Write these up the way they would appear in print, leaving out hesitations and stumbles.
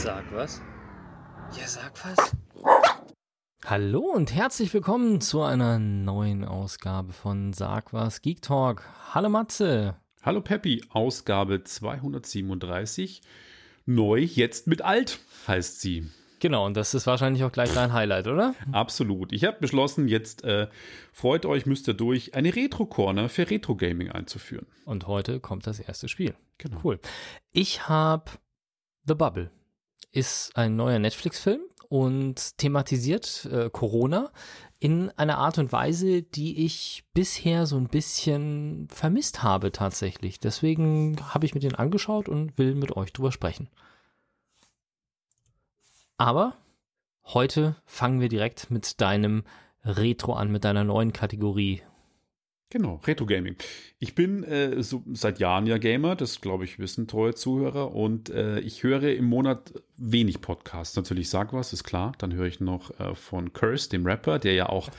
Sag was? Ja, sag was. Hallo und herzlich willkommen zu einer neuen Ausgabe von Sag was Geek Talk. Hallo Matze. Hallo Peppi, Ausgabe 237. Neu, jetzt mit alt, heißt sie. Genau, und das ist wahrscheinlich auch gleich dein Highlight, oder? Absolut. Ich habe beschlossen, jetzt freut euch, müsst ihr durch, eine Retro-Corner für Retro-Gaming einzuführen. Und heute kommt das erste Spiel. Genau. Cool. Ich habe The Bubble. Ist ein neuer Netflix-Film und thematisiert Corona in einer Art und Weise, die ich bisher so ein bisschen vermisst habe tatsächlich. Deswegen habe ich mir den angeschaut und will mit euch drüber sprechen. Aber heute fangen wir direkt mit deinem Retro an, mit deiner neuen Kategorie. Genau, Retro-Gaming. Ich bin so seit Jahren ja Gamer, das glaube ich wissen treue Zuhörer, und ich höre im Monat wenig Podcasts. Natürlich Sag was, ist klar. Dann höre ich noch von Curse, dem Rapper, der ja auch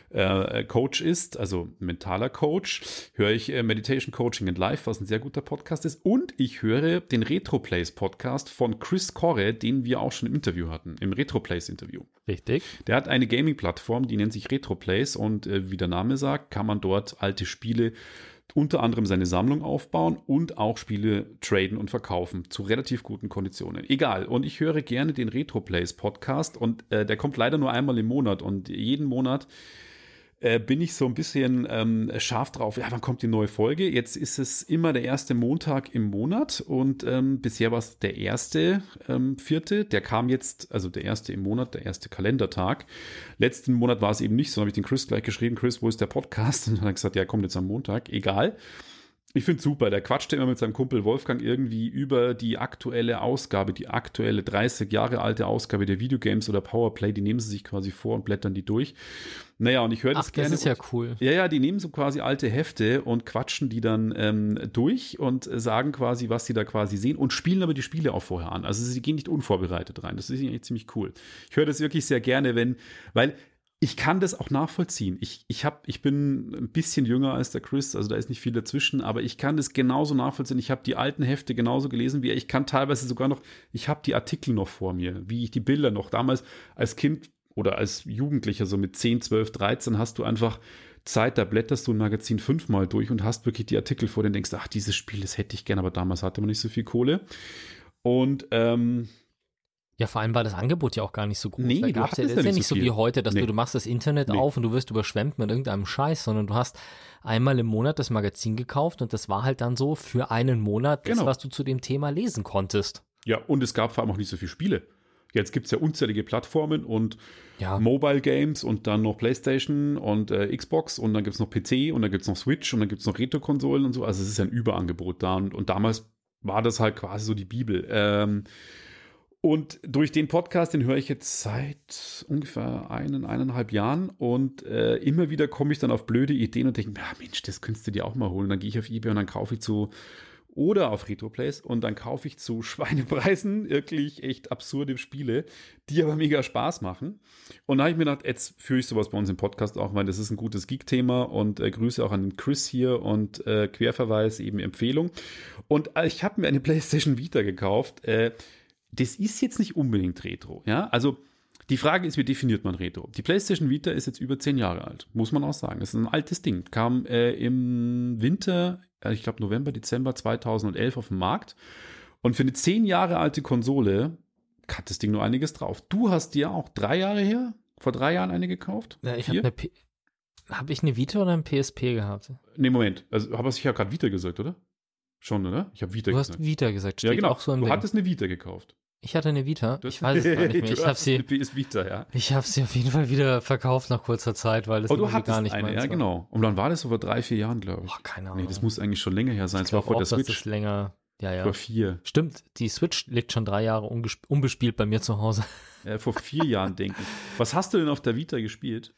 Coach ist, also mentaler Coach. Höre ich Meditation Coaching and Life, was ein sehr guter Podcast ist. Und ich höre den Retroplays Podcast von Chris Corre, den wir auch schon im Interview hatten, im Retroplays Interview. Richtig. Der hat eine Gaming-Plattform, die nennt sich Retroplays, und wie der Name sagt, kann man dort alte Spiele, unter anderem seine Sammlung aufbauen und auch Spiele traden und verkaufen zu relativ guten Konditionen. Egal. Und ich höre gerne den Retroplays Podcast, und der kommt leider nur einmal im Monat, und jeden Monat bin ich so ein bisschen scharf drauf, ja, wann kommt die neue Folge? Jetzt ist es immer der erste Montag im Monat, und bisher war es der erste vierte, der kam jetzt, also der erste im Monat, der erste Kalendertag. Letzten Monat war es eben nicht so, dann habe ich den Chris gleich geschrieben, Chris, wo ist der Podcast? Und dann hat er gesagt, ja, kommt jetzt am Montag, egal. Ich finde es super, der quatscht immer mit seinem Kumpel Wolfgang irgendwie über die aktuelle Ausgabe, die aktuelle 30 Jahre alte Ausgabe der Videogames oder Powerplay, die nehmen sie sich quasi vor und blättern die durch. Naja, und ich höre das gerne. Das ist ja cool. Ja, die nehmen so quasi alte Hefte und quatschen die dann durch und sagen quasi, was sie da quasi sehen, und spielen aber die Spiele auch vorher an. Also sie gehen nicht unvorbereitet rein. Das ist eigentlich ziemlich cool. Ich höre das wirklich sehr gerne, weil ich kann das auch nachvollziehen. Ich bin ein bisschen jünger als der Chris, also da ist nicht viel dazwischen, aber ich kann das genauso nachvollziehen. Ich habe die alten Hefte genauso gelesen wie er. Ich kann teilweise sogar noch, ich habe die Artikel noch vor mir, wie ich die Bilder noch damals als Kind oder als Jugendlicher, so mit 10, 12, 13, hast du einfach Zeit, da blätterst du ein Magazin 5-mal durch und hast wirklich die Artikel vor dir und denkst, ach, dieses Spiel, das hätte ich gerne, aber damals hatte man nicht so viel Kohle. Und ja, vor allem war das Angebot ja auch gar nicht so groß. Nee, das ist ja nicht so wie heute, dass du machst das Internet auf und du wirst überschwemmt mit irgendeinem Scheiß, sondern du hast einmal im Monat das Magazin gekauft, und das war halt dann so für einen Monat das, was du zu dem Thema lesen konntest. Ja, und es gab vor allem auch nicht so viele Spiele. Jetzt gibt es ja unzählige Plattformen und Mobile Games und dann noch PlayStation und Xbox, und dann gibt es noch PC und dann gibt es noch Switch und dann gibt es noch Retro-Konsolen und so. Also es ist ja ein Überangebot da, und damals war das halt quasi so die Bibel. Und durch den Podcast, den höre ich jetzt seit ungefähr 1,5 Jahren, und immer wieder komme ich dann auf blöde Ideen und denke, ja Mensch, das könntest du dir auch mal holen. Und dann gehe ich auf eBay und dann kaufe ich oder auf Retroplays, und dann kaufe ich zu Schweinepreisen wirklich echt absurde Spiele, die aber mega Spaß machen. Und da habe ich mir gedacht, jetzt führe ich sowas bei uns im Podcast auch, weil das ist ein gutes Geek-Thema, und Grüße auch an den Chris hier und Querverweis, eben Empfehlung. Und ich habe mir eine PlayStation Vita gekauft. Das ist jetzt nicht unbedingt Retro, ja, also die Frage ist, wie definiert man Retro? Die PlayStation Vita ist jetzt über 10 Jahre alt, muss man auch sagen. Das ist ein altes Ding, kam im Winter, ich glaube November, Dezember 2011 auf den Markt, und für eine 10 Jahre alte Konsole hat das Ding nur einiges drauf. Du hast dir auch vor 3 Jahren eine gekauft? Ja, habe ich eine Vita oder ein PSP gehabt? Nee, Moment, also habe ich ja gerade Vita gesagt, oder? Schon, oder? Ich habe Vita gesagt. Du hast Vita gesagt, steht ja, genau. Auch so im Du Ding. hattest eine Vita gekauft. Ich hatte eine Vita. Ich weiß es gar nicht mehr. Ich habe sie. PS Vita, ja. Ich habe sie auf jeden Fall wieder verkauft nach kurzer Zeit, weil das du gar nicht eine, ja, genau. Und dann war das so vor 3, 4 Jahren, glaube ich. Keine Ahnung. Nee, das muss eigentlich schon länger her sein. Es war vor der Switch. Das ist länger. Ja. Vor 4. Stimmt, die Switch liegt schon 3 Jahre unbespielt bei mir zu Hause. Vor 4 Jahren, denke ich. Was hast du denn auf der Vita gespielt?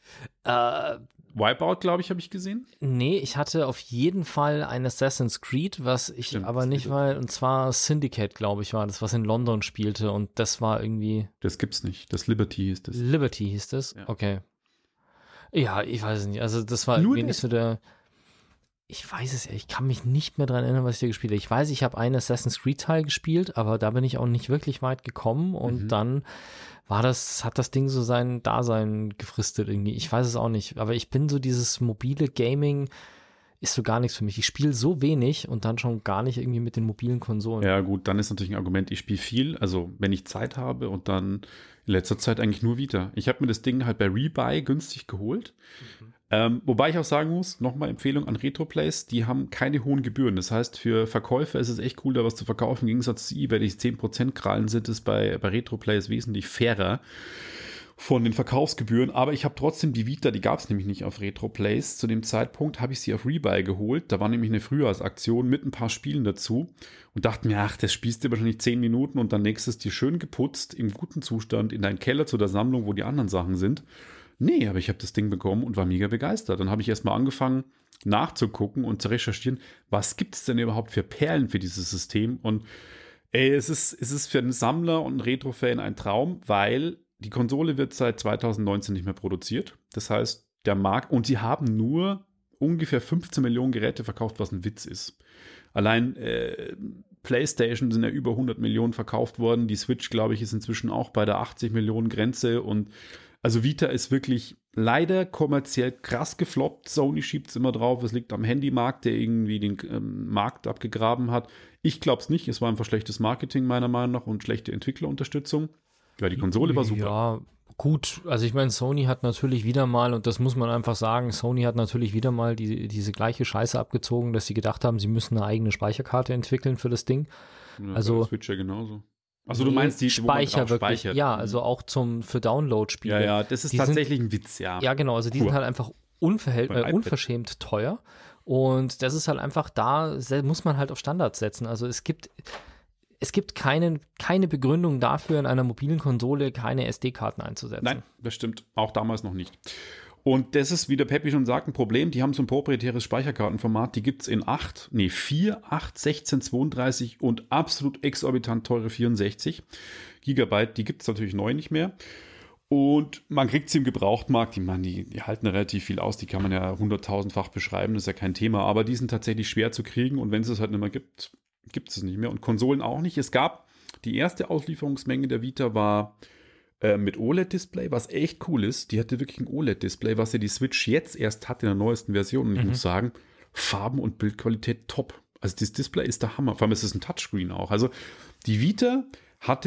Wipeout, glaube ich, habe ich gesehen. Nee, ich hatte auf jeden Fall ein Assassin's Creed, was ich aber nicht war, und zwar Syndicate, glaube ich, war das, was in London spielte, und das war irgendwie... Das gibt's nicht, das Liberty hieß das. Liberty hieß das? Ja. Okay. Ja, ich weiß es nicht, also das war nur irgendwie nicht so der... Ich weiß es ja, ich kann mich nicht mehr dran erinnern, was ich da gespielt habe. Ich weiß, ich habe einen Assassin's Creed-Teil gespielt, aber da bin ich auch nicht wirklich weit gekommen und dann hat das Ding so sein Dasein gefristet irgendwie. Ich weiß es auch nicht, aber ich bin so dieses mobile Gaming ist so gar nichts für mich. Ich spiele so wenig und dann schon gar nicht irgendwie mit den mobilen Konsolen. Ja gut, dann ist natürlich ein Argument, ich spiele viel, also wenn ich Zeit habe und dann in letzter Zeit eigentlich nur Vita. Ich habe mir das Ding halt bei Rebuy günstig geholt. Wobei ich auch sagen muss, nochmal Empfehlung an Retroplays, die haben keine hohen Gebühren. Das heißt, für Verkäufer ist es echt cool, da was zu verkaufen. Im Gegensatz zu eBay, die 10% krallen, sind es bei Retroplays wesentlich fairer von den Verkaufsgebühren. Aber ich habe trotzdem die Vita, die gab es nämlich nicht auf Retroplays. Zu dem Zeitpunkt habe ich sie auf Rebuy geholt. Da war nämlich eine Frühjahrsaktion mit ein paar Spielen dazu und dachte mir, ach, das spielst du wahrscheinlich 10 Minuten und dann nächstes dir schön geputzt, im guten Zustand in deinen Keller zu der Sammlung, wo die anderen Sachen sind. Nee, aber ich habe das Ding bekommen und war mega begeistert. Dann habe ich erstmal angefangen nachzugucken und zu recherchieren, was gibt es denn überhaupt für Perlen für dieses System. Und es ist für einen Sammler und einen Retro-Fan ein Traum, weil die Konsole wird seit 2019 nicht mehr produziert. Das heißt, der Markt, und sie haben nur ungefähr 15 Millionen Geräte verkauft, was ein Witz ist. Allein PlayStation sind ja über 100 Millionen verkauft worden. Die Switch, glaube ich, ist inzwischen auch bei der 80 Millionen Grenze und also Vita ist wirklich leider kommerziell krass gefloppt. Sony schiebt es immer drauf. Es liegt am Handymarkt, der irgendwie den Markt abgegraben hat. Ich glaube es nicht. Es war einfach schlechtes Marketing meiner Meinung nach und schlechte Entwicklerunterstützung. Ja, die Konsole war super. Ja, gut. Also ich meine, Sony hat natürlich wieder mal, und das muss man einfach sagen, Sony hat natürlich wieder mal diese gleiche Scheiße abgezogen, dass sie gedacht haben, sie müssen eine eigene Speicherkarte entwickeln für das Ding. Ja, also bei der Switch ja genauso. Also du meinst die Speicher wirklich, speichert. Ja, also auch für Download-Spiele. Ja, das ist tatsächlich ein Witz, ja. Ja, genau, also die sind halt einfach unverschämt teuer und das ist halt einfach, da muss man halt auf Standards setzen. Also es gibt keine Begründung dafür, in einer mobilen Konsole keine SD-Karten einzusetzen. Nein, das stimmt. Auch damals noch nicht. Und das ist, wie der Peppi schon sagt, ein Problem. Die haben so ein proprietäres Speicherkartenformat. Die gibt es in 4, 8, 16, 32 und absolut exorbitant teure 64 Gigabyte. Die gibt es natürlich neu nicht mehr. Und man kriegt sie im Gebrauchtmarkt. Die halten relativ viel aus. Die kann man ja 100.000-fach beschreiben. Das ist ja kein Thema. Aber die sind tatsächlich schwer zu kriegen. Und wenn es halt nicht mehr gibt, gibt es nicht mehr. Und Konsolen auch nicht. Es gab die erste Auslieferungsmenge der Vita war mit OLED-Display, was echt cool ist. Die hatte wirklich ein OLED-Display, was ja die Switch jetzt erst hat in der neuesten Version. Und ich muss sagen, Farben und Bildqualität top. Also das Display ist der Hammer. Vor allem ist es ein Touchscreen auch. Also die Vita hatte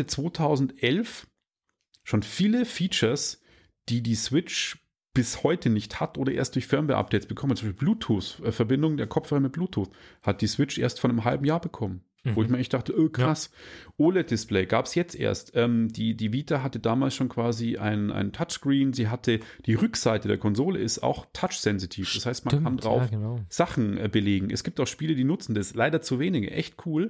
2011 schon viele Features, die die Switch bis heute nicht hat oder erst durch Firmware-Updates bekommen. Zum Beispiel Bluetooth, Verbindung der Kopfhörer mit Bluetooth, hat die Switch erst vor einem halben Jahr bekommen. Wo ich mir echt dachte, krass, ja. OLED-Display gab es jetzt erst. Die Vita hatte damals schon quasi ein Touchscreen. Sie hatte, die Rückseite der Konsole ist auch touch-sensitiv. Das heißt, man kann drauf Sachen belegen. Es gibt auch Spiele, die nutzen das. Leider zu wenige. Echt cool.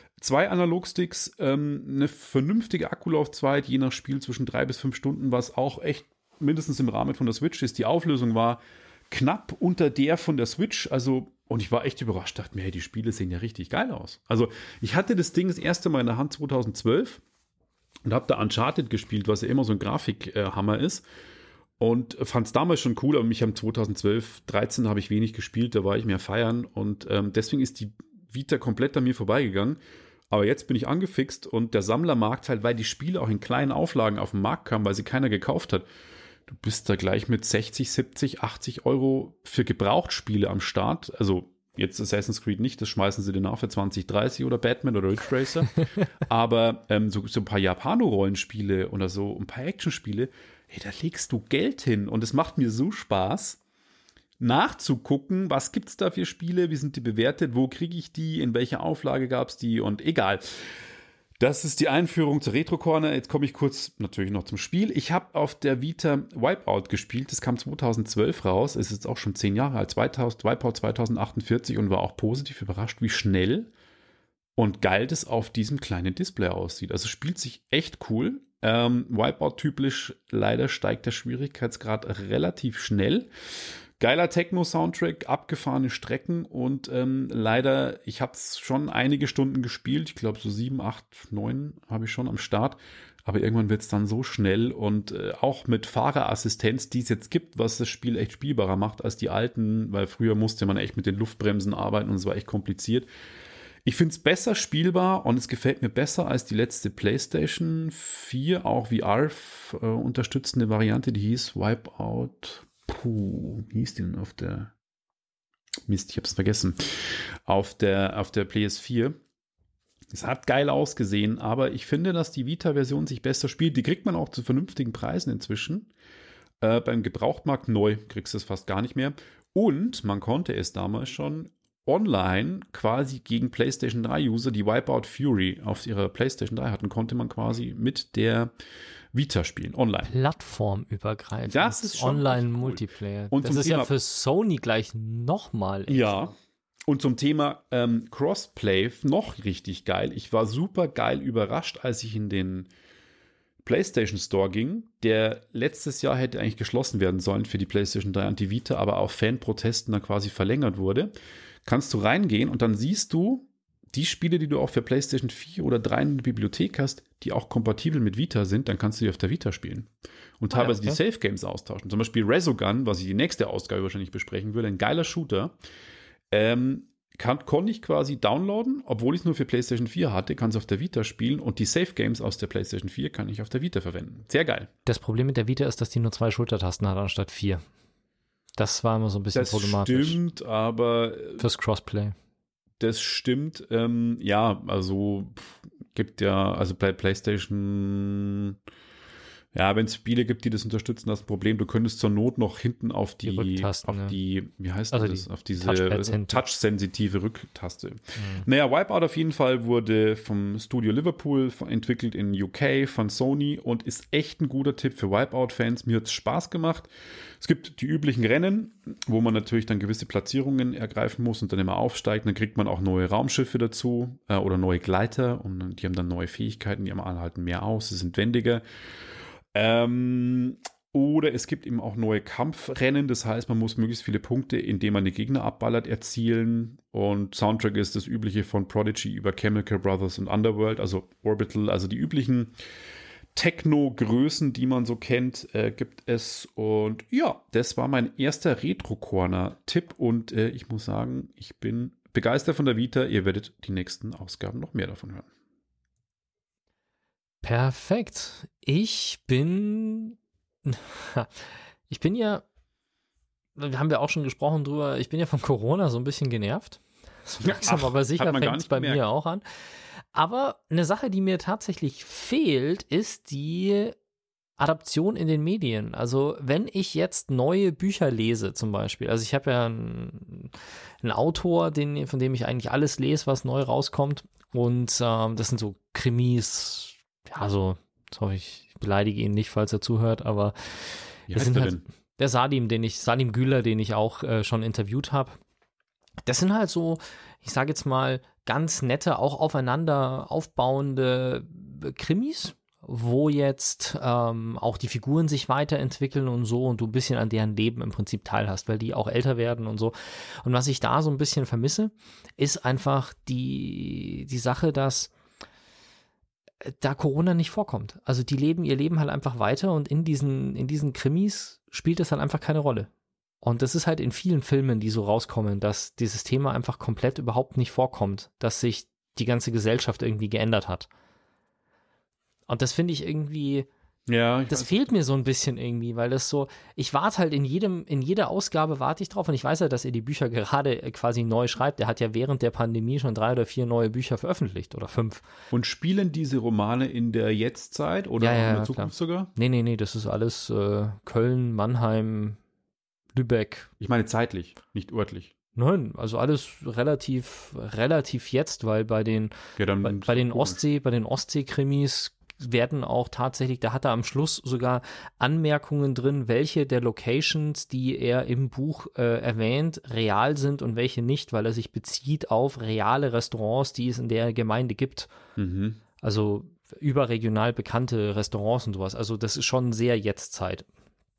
2 Analogsticks, eine vernünftige Akkulaufzeit, je nach Spiel zwischen 3 bis 5 Stunden, was auch echt mindestens im Rahmen von der Switch ist. Die Auflösung war knapp unter der von der Switch, und ich war echt überrascht, dachte mir, hey, die Spiele sehen ja richtig geil aus. Also ich hatte das Ding das erste Mal in der Hand 2012 und habe da Uncharted gespielt, was ja immer so ein Grafikhammer ist und fand es damals schon cool, aber mich haben 2012, 13 habe ich wenig gespielt, da war ich mehr feiern und deswegen ist die Vita komplett an mir vorbeigegangen. Aber jetzt bin ich angefixt und der Sammlermarkt halt, weil die Spiele auch in kleinen Auflagen auf den Markt kamen, weil sie keiner gekauft hat, du bist da gleich mit 60, 70, 80 Euro für Gebrauchtspiele am Start. Also jetzt Assassin's Creed nicht, das schmeißen sie dir nach für 20, 30 oder Batman oder Ridge Racer. Aber so ein paar Japano-Rollenspiele oder so ein paar Actionspiele, hey, da legst du Geld hin. Und es macht mir so Spaß, nachzugucken, was gibt es da für Spiele, wie sind die bewertet, wo kriege ich die, in welcher Auflage gab es die und egal. Das ist die Einführung zur Retro Corner. Jetzt komme ich kurz natürlich noch zum Spiel. Ich habe auf der Vita Wipeout gespielt. Das kam 2012 raus. Es ist jetzt auch schon 10 Jahre alt. Wipeout 2048 und war auch positiv überrascht, wie schnell und geil das auf diesem kleinen Display aussieht. Also spielt sich echt cool. Wipeout typisch. Leider steigt der Schwierigkeitsgrad relativ schnell. Geiler Techno-Soundtrack, abgefahrene Strecken und leider, ich habe es schon einige Stunden gespielt, ich glaube so 7, 8, 9 habe ich schon am Start, aber irgendwann wird es dann so schnell und auch mit Fahrerassistenz, die es jetzt gibt, was das Spiel echt spielbarer macht als die alten, weil früher musste man echt mit den Luftbremsen arbeiten und es war echt kompliziert. Ich finde es besser spielbar und es gefällt mir besser als die letzte PlayStation 4, auch VR-unterstützende Variante, die hieß Wipeout. Wie hieß die denn auf der Mist, ich habe es vergessen. Auf der PS4. Es hat geil ausgesehen, aber ich finde, dass die Vita-Version sich besser spielt. Die kriegt man auch zu vernünftigen Preisen inzwischen. Beim Gebrauchtmarkt neu kriegst du es fast gar nicht mehr. Und man konnte es damals schon online quasi gegen PlayStation 3-User, die Wipeout Fury auf ihrer PlayStation 3 hatten, konnte man quasi mit der Vita spielen, online. Plattformübergreifend. Das ist schon Online-Multiplayer. Und das ist ja für Sony gleich nochmal. Ja. Und zum Thema Crossplay noch richtig geil. Ich war super geil überrascht, als ich in den PlayStation Store ging, der letztes Jahr hätte eigentlich geschlossen werden sollen für die PlayStation 3 und die Vita, aber auf Fanprotesten dann quasi verlängert wurde. Kannst du reingehen und dann siehst du die Spiele, die du auch für PlayStation 4 oder 3 in der Bibliothek hast, die auch kompatibel mit Vita sind, dann kannst du die auf der Vita spielen. Und teilweise die Safe Games austauschen. Zum Beispiel Resogun, was ich die nächste Ausgabe wahrscheinlich besprechen würde, ein geiler Shooter. Konnte ich quasi downloaden, obwohl ich es nur für PlayStation 4 hatte, kann es auf der Vita spielen und die Safe Games aus der PlayStation 4 kann ich auf der Vita verwenden. Sehr geil. Das Problem mit der Vita ist, dass die nur 2 Schultertasten hat anstatt 4. Das war immer so ein bisschen problematisch. Das stimmt, aber fürs Crossplay. Das stimmt, ja, also gibt ja, also bei PlayStation, ja, wenn es Spiele gibt, die das unterstützen, das ist ein Problem. Du könntest zur Not noch hinten auf die Rücktasten, wie heißt also das? Auf diese Touch-sensitive Rücktaste. Naja, Wipeout auf jeden Fall wurde vom Studio Liverpool entwickelt in UK von Sony und ist echt ein guter Tipp für Wipeout-Fans. Mir hat es Spaß gemacht. Es gibt die üblichen Rennen, wo man natürlich dann gewisse Platzierungen ergreifen muss und dann immer aufsteigt. Dann kriegt man auch neue Raumschiffe dazu oder neue Gleiter und die haben dann neue Fähigkeiten, die halten mehr aus, sie sind wendiger. Oder es gibt eben auch neue Kampfrennen, das heißt, man muss möglichst viele Punkte, indem man die Gegner abballert, erzielen. Und Soundtrack ist das übliche von Prodigy über Chemical Brothers und Underworld, also Orbital, also die üblichen Techno-Größen, die man so kennt, gibt es. Und ja, das war mein erster Retro-Corner-Tipp und ich muss sagen, ich bin begeistert von der Vita. Ihr werdet die nächsten Ausgaben noch mehr davon hören. Perfekt. Ich bin ja, da haben wir auch schon gesprochen drüber, ich bin ja von Corona so ein bisschen genervt. So langsam, aber sicher fängt es bei mir auch an. Aber eine Sache, die mir tatsächlich fehlt, ist die Adaption in den Medien. Also wenn ich jetzt neue Bücher lese zum Beispiel, also ich habe ja einen Autor, von dem ich eigentlich alles lese, was neu rauskommt und das sind so Krimis, ja so, jetzt hoffe ich beleidige ihn nicht, falls er zuhört, aber das sind halt der Salim Güler, den ich auch schon interviewt habe. Das sind halt so, ich sage jetzt mal, ganz nette, auch aufeinander aufbauende Krimis, wo jetzt auch die Figuren sich weiterentwickeln und so und du ein bisschen an deren Leben im Prinzip teilhast, weil die auch älter werden und so. Und was ich da so ein bisschen vermisse, ist einfach die Sache, dass da Corona nicht vorkommt. Also die leben ihr Leben halt einfach weiter und in diesen Krimis spielt das halt einfach keine Rolle. Und das ist halt in vielen Filmen, die so rauskommen, dass dieses Thema einfach komplett überhaupt nicht vorkommt, dass sich die ganze Gesellschaft irgendwie geändert hat. Und das finde ich irgendwie, das fehlt mir so ein bisschen irgendwie, weil das so, ich warte halt in jeder Ausgabe warte ich drauf und ich weiß ja, dass er die Bücher gerade quasi neu schreibt. Er hat ja während der Pandemie schon 3 oder 4 neue Bücher veröffentlicht oder 5. Und spielen diese Romane in der Jetztzeit oder in der Zukunft sogar? Nee, das ist alles Köln, Mannheim, Lübeck. Ich meine zeitlich, nicht örtlich. Nein, also alles relativ jetzt, weil bei den Ostsee-Krimis werden auch tatsächlich, da hat er am Schluss sogar Anmerkungen drin, welche der Locations, die er im Buch erwähnt, real sind und welche nicht, weil er sich bezieht auf reale Restaurants, die es in der Gemeinde gibt. Mhm. Also überregional bekannte Restaurants und sowas. Also das ist schon sehr Jetztzeit.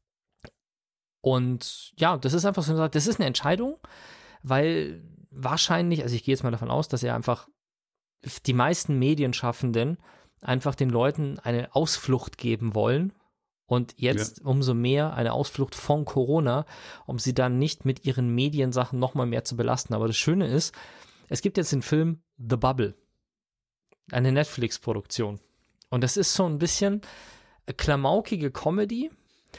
Und ja, das ist einfach so, das ist eine Entscheidung, weil wahrscheinlich, also ich gehe jetzt mal davon aus, dass er einfach die meisten Medienschaffenden einfach den Leuten eine Ausflucht geben wollen und jetzt umso mehr eine Ausflucht von Corona, um sie dann nicht mit ihren Mediensachen nochmal mehr zu belasten. Aber das Schöne ist, es gibt jetzt den Film The Bubble, eine Netflix-Produktion. Und das ist so ein bisschen klamaukige Comedy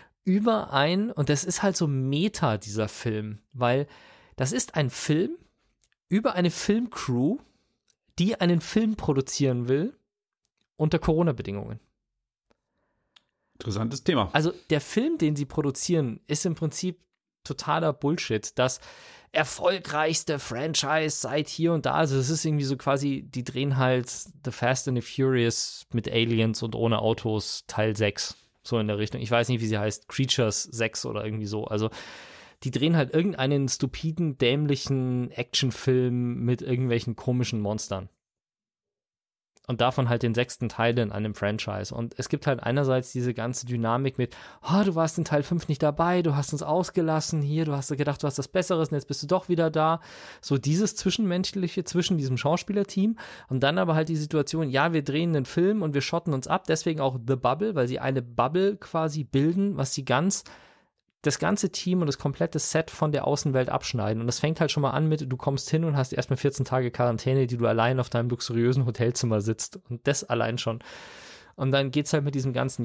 und das ist halt so Meta, dieser Film, weil das ist ein Film über eine Filmcrew, die einen Film produzieren will unter Corona-Bedingungen. Interessantes Thema. Also der Film, den sie produzieren, ist im Prinzip totaler Bullshit. Das erfolgreichste Franchise seit hier und da. Also es ist irgendwie so quasi, die drehen halt The Fast and the Furious mit Aliens und ohne Autos Teil 6. So in der Richtung. Ich weiß nicht, wie sie heißt. Creatures 6 oder irgendwie so. Also die drehen halt irgendeinen stupiden, dämlichen Actionfilm mit irgendwelchen komischen Monstern. Und davon halt den 6. Teil in einem Franchise. Und es gibt halt einerseits diese ganze Dynamik mit, du warst in Teil 5 nicht dabei, du hast uns ausgelassen hier, du hast gedacht, du hast das Besseres und jetzt bist du doch wieder da. So dieses Zwischenmenschliche zwischen diesem Schauspielerteam. Und dann aber halt die Situation, ja, wir drehen einen Film und wir schotten uns ab, deswegen auch The Bubble, weil sie eine Bubble quasi bilden, was sie das ganze Team und das komplette Set von der Außenwelt abschneiden. Und das fängt halt schon mal an mit, du kommst hin und hast erstmal 14 Tage Quarantäne, die du allein auf deinem luxuriösen Hotelzimmer sitzt. Und das allein schon. Und dann geht's halt mit diesem ganzen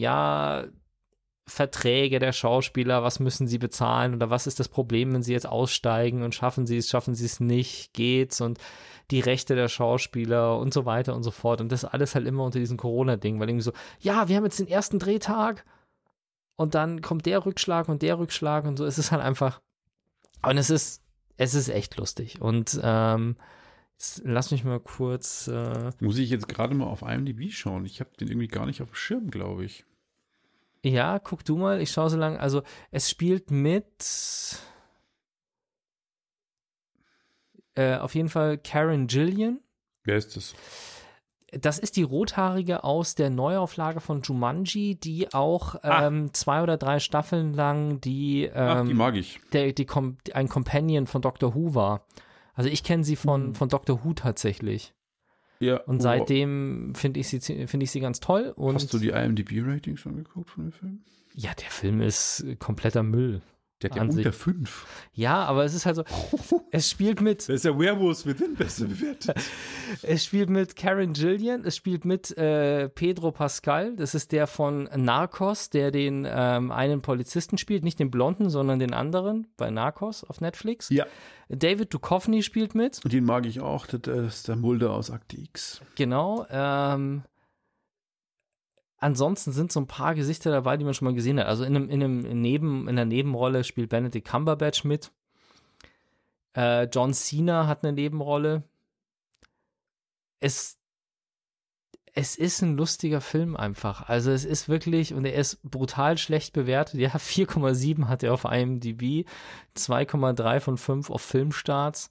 Verträge der Schauspieler, was müssen sie bezahlen oder was ist das Problem, wenn sie jetzt aussteigen und schaffen sie es nicht, geht's und die Rechte der Schauspieler und so weiter und so fort. Und das alles halt immer unter diesem Corona-Ding, weil irgendwie so, ja, wir haben jetzt den ersten Drehtag, und dann kommt der Rückschlag und so. Es ist halt einfach, und es ist echt lustig. Und lass mich mal kurz. Muss ich jetzt gerade mal auf IMDb schauen? Ich habe den irgendwie gar nicht auf dem Schirm, glaube ich. Ja, guck du mal. Ich schaue so lange. Also es spielt mit auf jeden Fall Karen Gillian. Wer ist das? Das ist die Rothaarige aus der Neuauflage von Jumanji, die auch 2 oder 3 Staffeln lang die mag ich. Ein Companion von Doctor Who war. Also ich kenne sie von Doctor Who tatsächlich. Ja. Und seitdem finde ich sie ganz toll. Und hast du die IMDb-Ratings angeguckt von dem Film? Ja, der Film ist kompletter Müll. Der hat ja unter 5. Ja, aber es ist halt so, es spielt mit. Da ist der Werewolf Within besser bewertet. Es spielt mit Karen Gillian, es spielt mit Pedro Pascal, das ist der von Narcos, der den einen Polizisten spielt, nicht den Blonden, sondern den anderen bei Narcos auf Netflix. Ja. David Duchovny spielt mit. Den mag ich auch, das ist der Mulder aus Akte X. Genau, ansonsten sind so ein paar Gesichter dabei, die man schon mal gesehen hat. Also in der Nebenrolle spielt Benedict Cumberbatch mit. John Cena hat eine Nebenrolle. Es ist ein lustiger Film einfach. Also es ist wirklich, und er ist brutal schlecht bewertet. Ja, 4,7 hat er auf IMDb, 2,3 von 5 auf Filmstarts.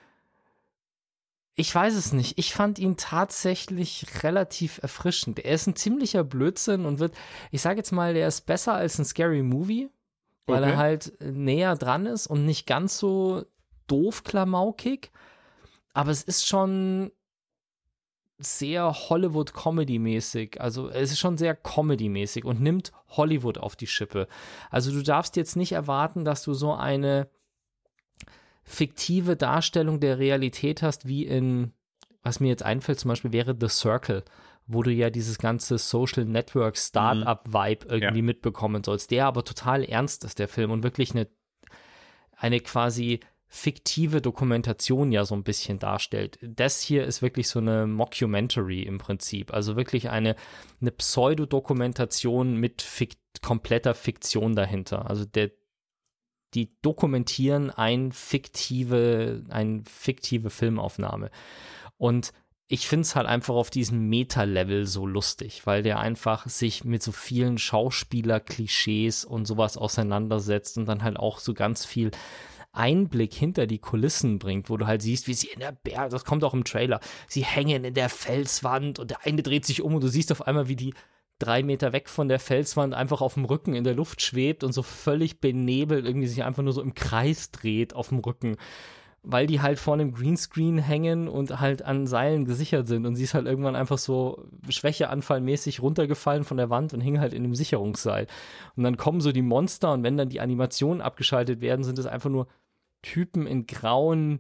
Ich weiß es nicht. Ich fand ihn tatsächlich relativ erfrischend. Er ist ein ziemlicher Blödsinn und ich sage jetzt mal, der ist besser als ein Scary Movie, weil er halt näher dran ist und nicht ganz so doof klamaukig. Aber es ist schon sehr Hollywood-Comedy-mäßig. Also es ist schon sehr Comedy-mäßig und nimmt Hollywood auf die Schippe. Also du darfst jetzt nicht erwarten, dass du so eine fiktive Darstellung der Realität hast, wie in, was mir jetzt einfällt, zum Beispiel wäre The Circle, wo du ja dieses ganze Social Network Startup-Vibe irgendwie mitbekommen sollst, der aber total ernst ist, der Film, und wirklich eine quasi fiktive Dokumentation ja so ein bisschen darstellt. Das hier ist wirklich so eine Mockumentary im Prinzip, also wirklich eine Pseudodokumentation mit kompletter Fiktion dahinter. Also die dokumentieren eine fiktive Filmaufnahme. Und ich finde es halt einfach auf diesem Meta-Level so lustig, weil der einfach sich mit so vielen Schauspieler-Klischees und sowas auseinandersetzt und dann halt auch so ganz viel Einblick hinter die Kulissen bringt, wo du halt siehst, wie sie das kommt auch im Trailer, sie hängen in der Felswand und der eine dreht sich um und du siehst auf einmal, wie die 3 Meter weg von der Felswand einfach auf dem Rücken in der Luft schwebt und so völlig benebelt irgendwie sich einfach nur so im Kreis dreht auf dem Rücken. weil die halt vor einem Greenscreen hängen und halt an Seilen gesichert sind und sie ist halt irgendwann einfach so schwächeanfallmäßig runtergefallen von der Wand und hing halt in einem Sicherungsseil. Und dann kommen so die Monster und wenn dann die Animationen abgeschaltet werden, sind es einfach nur Typen in grauen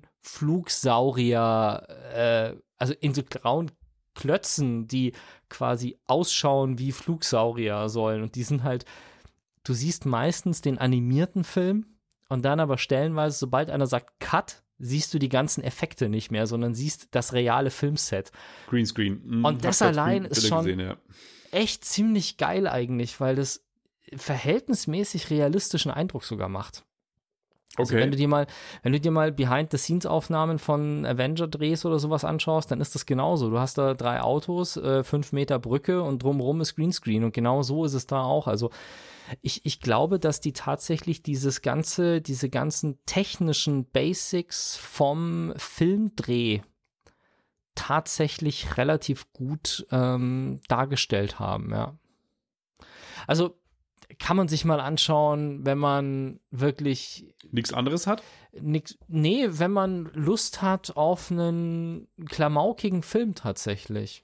Flugsaurier, also in so grauen Klötzen, die quasi ausschauen wie Flugsaurier sollen. Und die sind halt, du siehst meistens den animierten Film und dann aber stellenweise, sobald einer sagt Cut, siehst du die ganzen Effekte nicht mehr, sondern siehst das reale Filmset. Greenscreen. Und das allein ist schon gesehen, echt ziemlich geil eigentlich, weil das verhältnismäßig realistischen Eindruck sogar macht. Also wenn du dir mal Behind-the-Scenes-Aufnahmen von Avenger-Drehs oder sowas anschaust, dann ist das genauso. Du hast da 3 Autos, 5 Meter Brücke und drumherum ist Greenscreen und genau so ist es da auch. Also ich glaube, dass die tatsächlich diese ganzen technischen Basics vom Filmdreh tatsächlich relativ gut dargestellt haben, ja. Also kann man sich mal anschauen, wenn man wirklich nichts anderes hat? Wenn man Lust hat auf einen klamaukigen Film tatsächlich.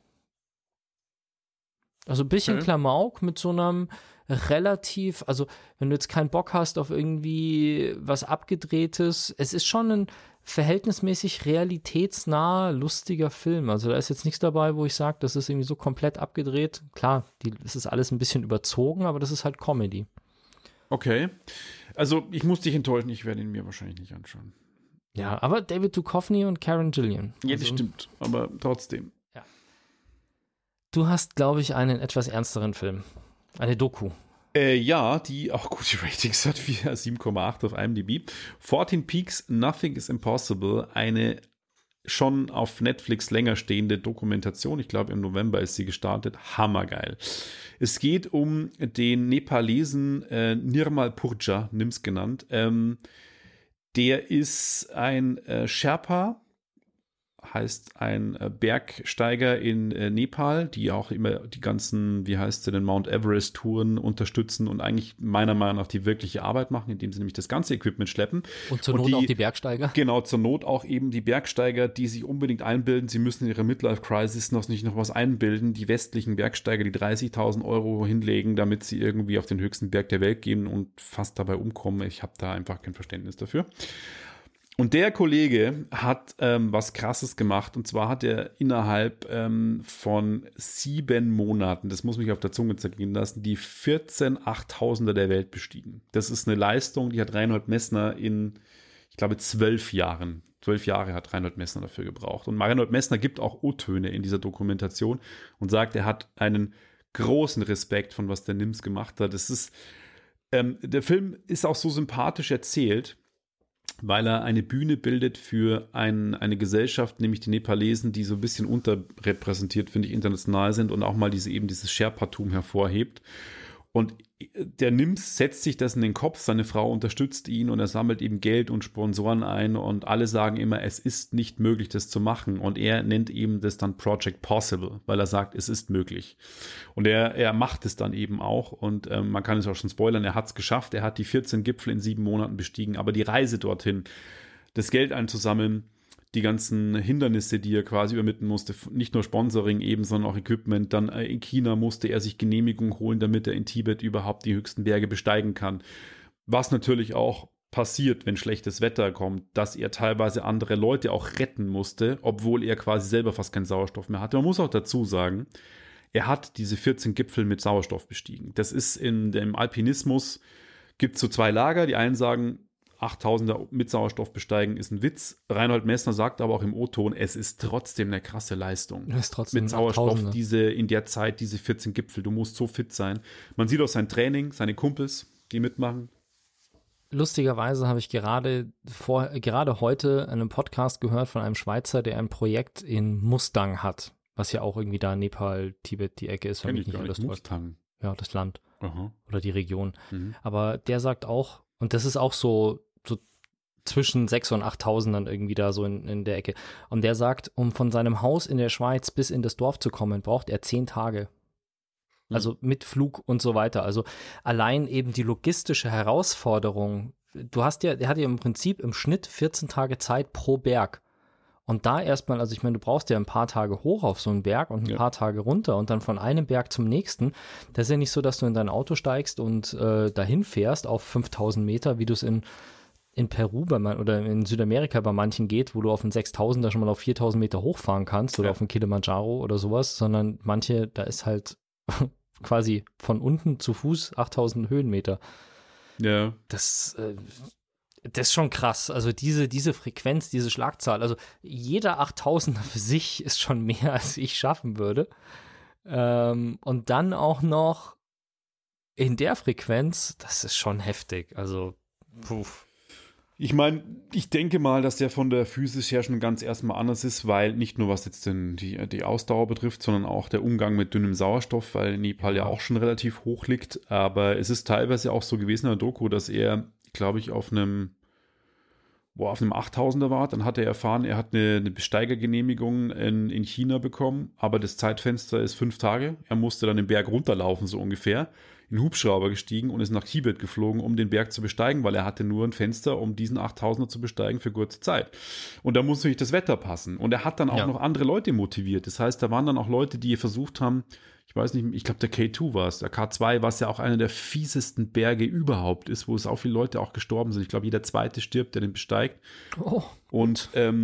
Also ein bisschen Klamauk mit so einem relativ, also wenn du jetzt keinen Bock hast auf irgendwie was Abgedrehtes, es ist schon ein verhältnismäßig realitätsnah, lustiger Film. Also da ist jetzt nichts dabei, wo ich sage, das ist irgendwie so komplett abgedreht. Klar, es ist alles ein bisschen überzogen, aber das ist halt Comedy. Okay. Also ich muss dich enttäuschen, ich werde ihn mir wahrscheinlich nicht anschauen. Ja, aber David Duchovny und Karen Gillian. Ja, das stimmt, aber trotzdem. Ja. Du hast, glaube ich, einen etwas ernsteren Film. Eine Doku. Ja, die auch gute Ratings hat, 7,8 auf IMDb. 14 Peaks, Nothing is Impossible, eine schon auf Netflix länger stehende Dokumentation. Ich glaube, im November ist sie gestartet. Hammergeil. Es geht um den Nepalesen Nirmal Purja, Nims genannt. Der ist ein Sherpa, heißt ein Bergsteiger in Nepal, die auch immer die ganzen, Mount Everest-Touren unterstützen und eigentlich meiner Meinung nach die wirkliche Arbeit machen, indem sie nämlich das ganze Equipment schleppen. Und zur Not auch die Bergsteiger? Genau, zur Not auch eben die Bergsteiger, die sich unbedingt einbilden, sie müssen in ihrer Midlife-Crisis noch was einbilden, die westlichen Bergsteiger, die 30.000 Euro hinlegen, damit sie irgendwie auf den höchsten Berg der Welt gehen und fast dabei umkommen. Ich habe da einfach kein Verständnis dafür. Und der Kollege hat was Krasses gemacht, und zwar hat er innerhalb von 7 Monaten, das muss mich auf der Zunge zergehen lassen, die 14 8000er der Welt bestiegen. Das ist eine Leistung, die hat Reinhold Messner in, ich glaube, 12 Jahren. 12 Jahre hat Reinhold Messner dafür gebraucht. Und Reinhold Messner gibt auch O-Töne in dieser Dokumentation und sagt, er hat einen großen Respekt von was der Nims gemacht hat. Das ist, der Film ist auch so sympathisch erzählt, weil er eine Bühne bildet für eine Gesellschaft, nämlich die Nepalesen, die so ein bisschen unterrepräsentiert, finde ich, international sind und auch mal dieses Sherpatum hervorhebt. Und der Nims setzt sich das in den Kopf, seine Frau unterstützt ihn und er sammelt eben Geld und Sponsoren ein und alle sagen immer, es ist nicht möglich, das zu machen. Und er nennt eben das dann Project Possible, weil er sagt, es ist möglich. Und er macht es dann eben auch und man kann es auch schon spoilern, er hat es geschafft, er hat die 14 Gipfel in 7 Monaten bestiegen, aber die Reise dorthin, das Geld einzusammeln, die ganzen Hindernisse, die er quasi überwinden musste, nicht nur Sponsoring eben, sondern auch Equipment. Dann in China musste er sich Genehmigung holen, damit er in Tibet überhaupt die höchsten Berge besteigen kann. Was natürlich auch passiert, wenn schlechtes Wetter kommt, dass er teilweise andere Leute auch retten musste, obwohl er quasi selber fast keinen Sauerstoff mehr hatte. Man muss auch dazu sagen, er hat diese 14 Gipfel mit Sauerstoff bestiegen. Das ist in dem Alpinismus, gibt es so 2 Lager. Die einen sagen, 8000er mit Sauerstoff besteigen ist ein Witz. Reinhold Messner sagt aber auch im O-Ton, es ist trotzdem eine krasse Leistung. Es ist trotzdem mit Sauerstoff, in der Zeit, diese 14 Gipfel, du musst so fit sein. Man sieht auch sein Training, seine Kumpels, die mitmachen. Lustigerweise habe ich gerade heute einen Podcast gehört von einem Schweizer, der ein Projekt in Mustang hat, was ja auch irgendwie da Nepal, Tibet die Ecke ist. Kenn ich gar nicht. Mustang. Ja, das Land. Aha. Oder die Region. Mhm. Aber der sagt auch, und das ist auch so zwischen 6.000 und 8.000 dann irgendwie da so in der Ecke. Und der sagt, um von seinem Haus in der Schweiz bis in das Dorf zu kommen, braucht er 10 Tage. Also mit Flug und so weiter. Also allein eben die logistische Herausforderung er hat ja im Prinzip im Schnitt 14 Tage Zeit pro Berg. Und da erstmal, also ich meine, du brauchst ja ein paar Tage hoch auf so einen Berg und ein paar Tage runter und dann von einem Berg zum nächsten. Das ist ja nicht so, dass du in dein Auto steigst und dahin fährst auf 5000 Meter, wie du es in Peru oder in Südamerika bei manchen geht, wo du auf den 6000er schon mal auf 4000 Meter hochfahren kannst oder auf den Kilimanjaro oder sowas, sondern manche, da ist halt quasi von unten zu Fuß 8000 Höhenmeter. Ja. Das ist schon krass. Also diese Frequenz, diese Schlagzahl, also jeder 8000er für sich ist schon mehr, als ich schaffen würde. Und dann auch noch in der Frequenz, das ist schon heftig. Also, puh. Ich meine, ich denke mal, dass der von der Physis her schon ganz erstmal anders ist, weil nicht nur was jetzt die Ausdauer betrifft, sondern auch der Umgang mit dünnem Sauerstoff, weil Nepal ja auch schon relativ hoch liegt. Aber es ist teilweise auch so gewesen in der Doku, dass er, glaube ich, auf einem 8000er war. Dann hat er erfahren, er hat eine Besteigergenehmigung in China bekommen, aber das Zeitfenster ist 5 Tage. Er musste dann den Berg runterlaufen, so ungefähr. In den Hubschrauber gestiegen und ist nach Tibet geflogen, um den Berg zu besteigen, weil er hatte nur ein Fenster, um diesen 8000er zu besteigen für kurze Zeit. Und da muss natürlich das Wetter passen. Und er hat dann auch noch andere Leute motiviert. Das heißt, da waren dann auch Leute, die versucht haben, ich weiß nicht, ich glaube der K2 war es, der K2, was ja auch einer der fiesesten Berge überhaupt ist, wo es auch viele Leute auch gestorben sind. Ich glaube, jeder Zweite stirbt, der den besteigt. Oh. Und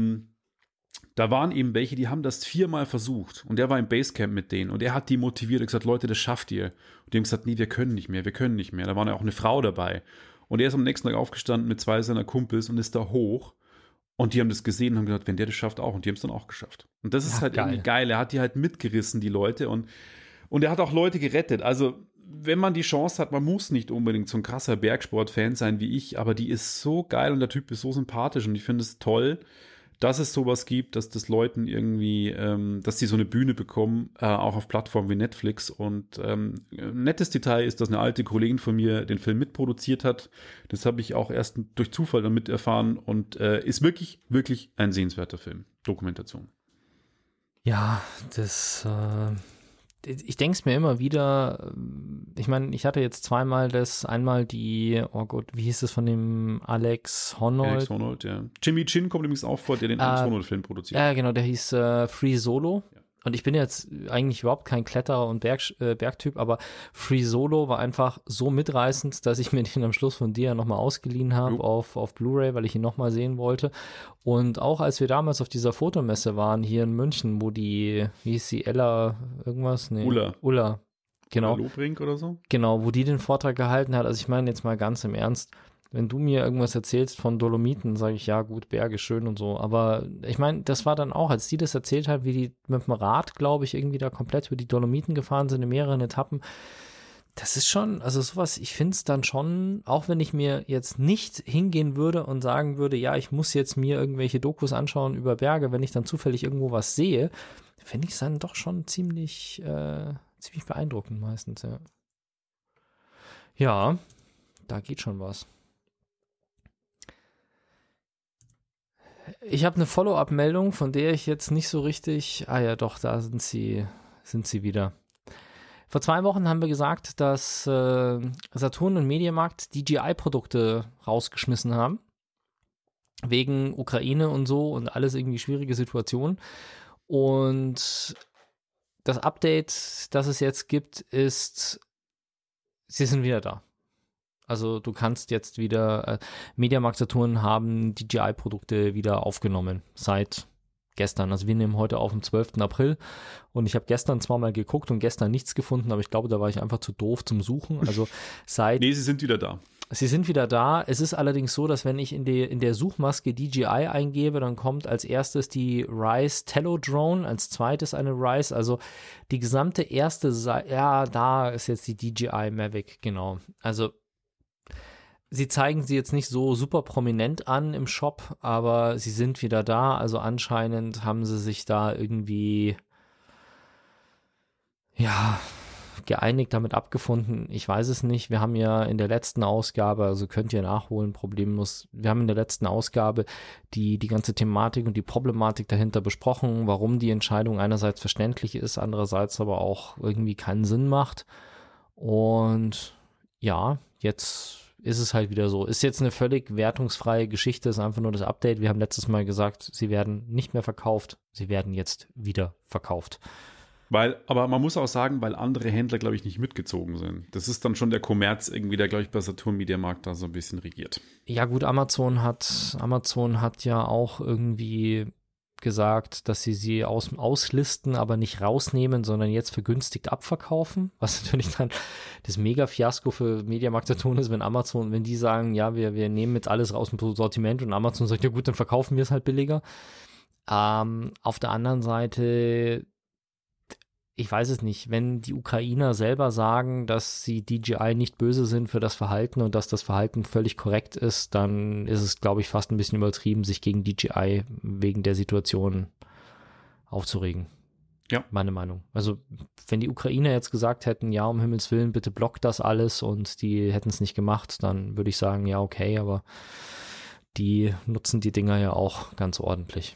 da waren eben welche, die haben das 4-mal versucht und der war im Basecamp mit denen und er hat die motiviert und gesagt, Leute, das schafft ihr. Und die haben gesagt, nee, wir können nicht mehr. Da war ja auch eine Frau dabei. Und er ist am nächsten Tag aufgestanden mit 2 seiner Kumpels und ist da hoch und die haben das gesehen und haben gesagt, wenn der das schafft auch, und die haben es dann auch geschafft. Und das ist halt irgendwie geil. Er hat die halt mitgerissen, die Leute, und er hat auch Leute gerettet. Also wenn man die Chance hat, man muss nicht unbedingt so ein krasser Bergsport-Fan sein wie ich, aber die ist so geil und der Typ ist so sympathisch und ich finde es toll, dass es sowas gibt, dass das Leuten irgendwie, dass die so eine Bühne bekommen, auch auf Plattformen wie Netflix. Und ein nettes Detail ist, dass eine alte Kollegin von mir den Film mitproduziert hat. Das habe ich auch erst durch Zufall damit erfahren und ist wirklich, wirklich ein sehenswerter Film. Dokumentation. Ja, ich denke es mir immer wieder, ich meine, ich hatte jetzt einmal oh Gott, wie hieß das von dem Alex Honnold? Alex Honnold, ja. Jimmy Chin kommt übrigens auch vor, der den Alex Honnold-Film produziert. Ja, genau, der hieß Free Solo. Ja. Und ich bin jetzt eigentlich überhaupt kein Kletterer und Bergtyp, aber Free Solo war einfach so mitreißend, dass ich mir den am Schluss von dir nochmal ausgeliehen habe auf Blu-ray, weil ich ihn nochmal sehen wollte. Und auch als wir damals auf dieser Fotomesse waren, hier in München, wo wie hieß sie, Ella irgendwas? Nee, Ulla. Genau. Oder Lobring oder so? Genau, wo die den Vortrag gehalten hat. Also ich meine jetzt mal ganz im Ernst, wenn du mir irgendwas erzählst von Dolomiten, sage ich, ja gut, Berge schön und so. Aber ich meine, das war dann auch, als die das erzählt hat, wie die mit dem Rad, glaube ich, irgendwie da komplett über die Dolomiten gefahren sind in mehreren Etappen. Das ist schon, also sowas, ich finde es dann schon, auch wenn ich mir jetzt nicht hingehen würde und sagen würde, ja, ich muss jetzt mir irgendwelche Dokus anschauen über Berge, wenn ich dann zufällig irgendwo was sehe, finde ich es dann doch schon ziemlich beeindruckend meistens, ja. Ja, da geht schon was. Ich habe eine Follow-up-Meldung, von der ich jetzt nicht so richtig, ja doch, da sind sie wieder. Vor 2 Wochen haben wir gesagt, dass Saturn und Mediamarkt DJI-Produkte rausgeschmissen haben. Wegen Ukraine und so und alles irgendwie schwierige Situationen. Und das Update, das es jetzt gibt, ist, sie sind wieder da. Also du kannst jetzt wieder, Mediamarkt Saturn haben DJI-Produkte wieder aufgenommen seit gestern. Also wir nehmen heute auf am 12. April und ich habe gestern zwar mal geguckt und gestern nichts gefunden, aber ich glaube, da war ich einfach zu doof zum Suchen. Also Nee, sie sind wieder da. Sie sind wieder da. Es ist allerdings so, dass wenn ich in der Suchmaske DJI eingebe, dann kommt als erstes die Rise Tello Drone, als zweites eine Rise. Also die gesamte erste Seite, ja, da ist jetzt die DJI Mavic, genau. Also sie zeigen sie jetzt nicht so super prominent an im Shop, aber sie sind wieder da. Also anscheinend haben sie sich da irgendwie, ja, geeinigt, damit abgefunden. Ich weiß es nicht. Wir haben ja in der letzten Ausgabe, also könnt ihr nachholen, problemlos. Wir haben in der letzten Ausgabe die ganze Thematik und die Problematik dahinter besprochen, warum die Entscheidung einerseits verständlich ist, andererseits aber auch irgendwie keinen Sinn macht. Und ja, jetzt ist es halt wieder so. Ist jetzt eine völlig wertungsfreie Geschichte, ist einfach nur das Update. Wir haben letztes Mal gesagt, sie werden nicht mehr verkauft, sie werden jetzt wieder verkauft. Aber man muss auch sagen, weil andere Händler, glaube ich, nicht mitgezogen sind. Das ist dann schon der Kommerz irgendwie, der, glaube ich, bei Saturn Media Markt da so ein bisschen regiert. Ja gut, Amazon hat ja auch irgendwie gesagt, dass sie auslisten, aber nicht rausnehmen, sondern jetzt vergünstigt abverkaufen, was natürlich dann das Mega-Fiasko für Mediamarkt Saturn ist, wenn die sagen, ja, wir nehmen jetzt alles raus im Sortiment und Amazon sagt, ja gut, dann verkaufen wir es halt billiger. Auf der anderen Seite, ich weiß es nicht, wenn die Ukrainer selber sagen, dass sie DJI nicht böse sind für das Verhalten und dass das Verhalten völlig korrekt ist, dann ist es, glaube ich, fast ein bisschen übertrieben, sich gegen DJI wegen der Situation aufzuregen. Ja. Meine Meinung. Also, wenn die Ukrainer jetzt gesagt hätten, ja, um Himmels Willen, bitte blockt das alles und die hätten es nicht gemacht, dann würde ich sagen, ja, okay, aber die nutzen die Dinger ja auch ganz ordentlich.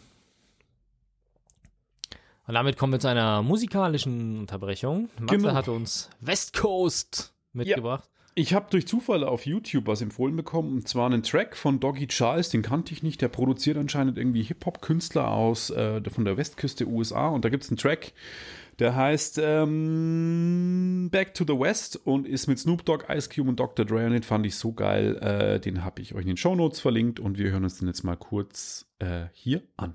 Und damit kommen wir zu einer musikalischen Unterbrechung. Matze hat uns West Coast mitgebracht. Ja. Ich habe durch Zufall auf YouTube was empfohlen bekommen, und zwar einen Track von Doggy Charles, den kannte ich nicht. Der produziert anscheinend irgendwie Hip-Hop-Künstler von der Westküste USA. Und da gibt es einen Track, der heißt Back to the West und ist mit Snoop Dogg, Ice Cube und Dr. Dre. Und den fand ich so geil. Den habe ich euch in den Shownotes verlinkt und wir hören uns den jetzt mal kurz hier an.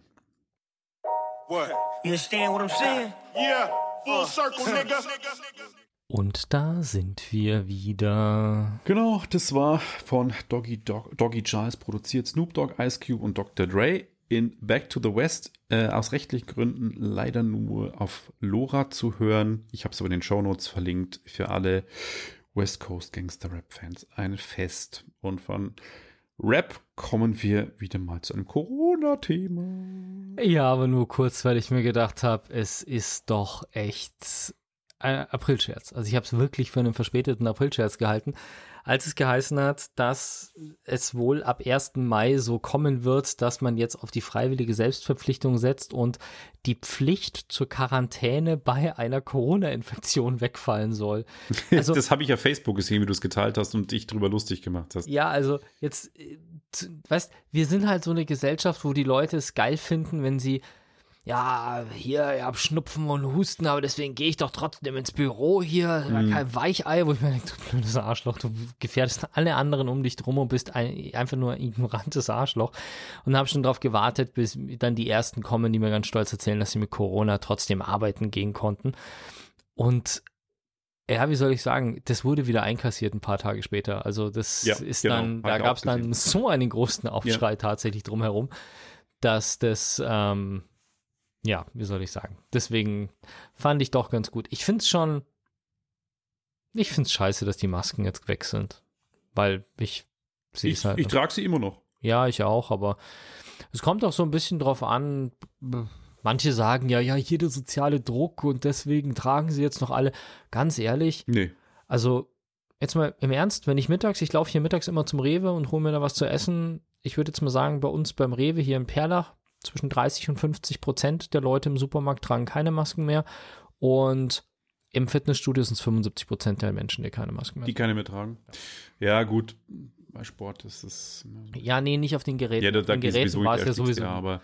What? You understand what I'm saying? Yeah, full circle, nigga. Und da sind wir wieder. Genau, das war von Doggy Charles produziert, Snoop Dogg, Ice Cube und Dr. Dre in Back to the West. Aus rechtlichen Gründen leider nur auf LoRa zu hören. Ich habe es aber in den Shownotes verlinkt für alle West Coast Gangster Rap Fans. Ein Fest. Und von Rap kommen wir wieder mal zu einem Corona-Thema. Ja, aber nur kurz, weil ich mir gedacht habe, es ist doch echt ein Aprilscherz. Also ich habe es wirklich für einen verspäteten Aprilscherz gehalten, als es geheißen hat, dass es wohl ab 1. Mai so kommen wird, dass man jetzt auf die freiwillige Selbstverpflichtung setzt und die Pflicht zur Quarantäne bei einer Corona-Infektion wegfallen soll. Also, das habe ich auf Facebook gesehen, wie du es geteilt hast und dich drüber lustig gemacht hast. Ja, also jetzt, weißt, wir sind halt so eine Gesellschaft, wo die Leute es geil finden, wenn sie hier, ich hab Schnupfen und Husten, aber deswegen gehe ich doch trotzdem ins Büro hier, kein Weichei, wo ich mir denke, du blödes Arschloch, du gefährdest alle anderen um dich drum und bist einfach nur ein ignorantes Arschloch. Und habe schon darauf gewartet, bis dann die Ersten kommen, die mir ganz stolz erzählen, dass sie mit Corona trotzdem arbeiten gehen konnten. Und ja, wie soll ich sagen, das wurde wieder einkassiert ein paar Tage später. Also das ist genau, dann, da gab es dann so einen großen Aufschrei tatsächlich drumherum, dass das ja, wie soll ich sagen? Deswegen fand ich doch ganz gut. Ich finde es scheiße, dass die Masken jetzt weg sind. Weil ich sehe es halt. Ich trage sie immer noch. Ja, ich auch, aber es kommt auch so ein bisschen drauf an. Manche sagen ja, hier der soziale Druck und deswegen tragen sie jetzt noch alle. Ganz ehrlich. Nee. Also, jetzt mal im Ernst, wenn ich laufe hier mittags immer zum Rewe und hole mir da was zu essen. Ich würde jetzt mal sagen, bei uns beim Rewe hier in Perlach, zwischen 30% und 50% der Leute im Supermarkt tragen keine Masken mehr und im Fitnessstudio sind es 75% der Menschen, die keine Masken mehr tragen. Die keine mehr tragen. Ja, gut, bei Sport ist es... Ja, nee, nicht auf den Geräten. Ja, auf den Geräten war es ja sowieso. Ja, aber...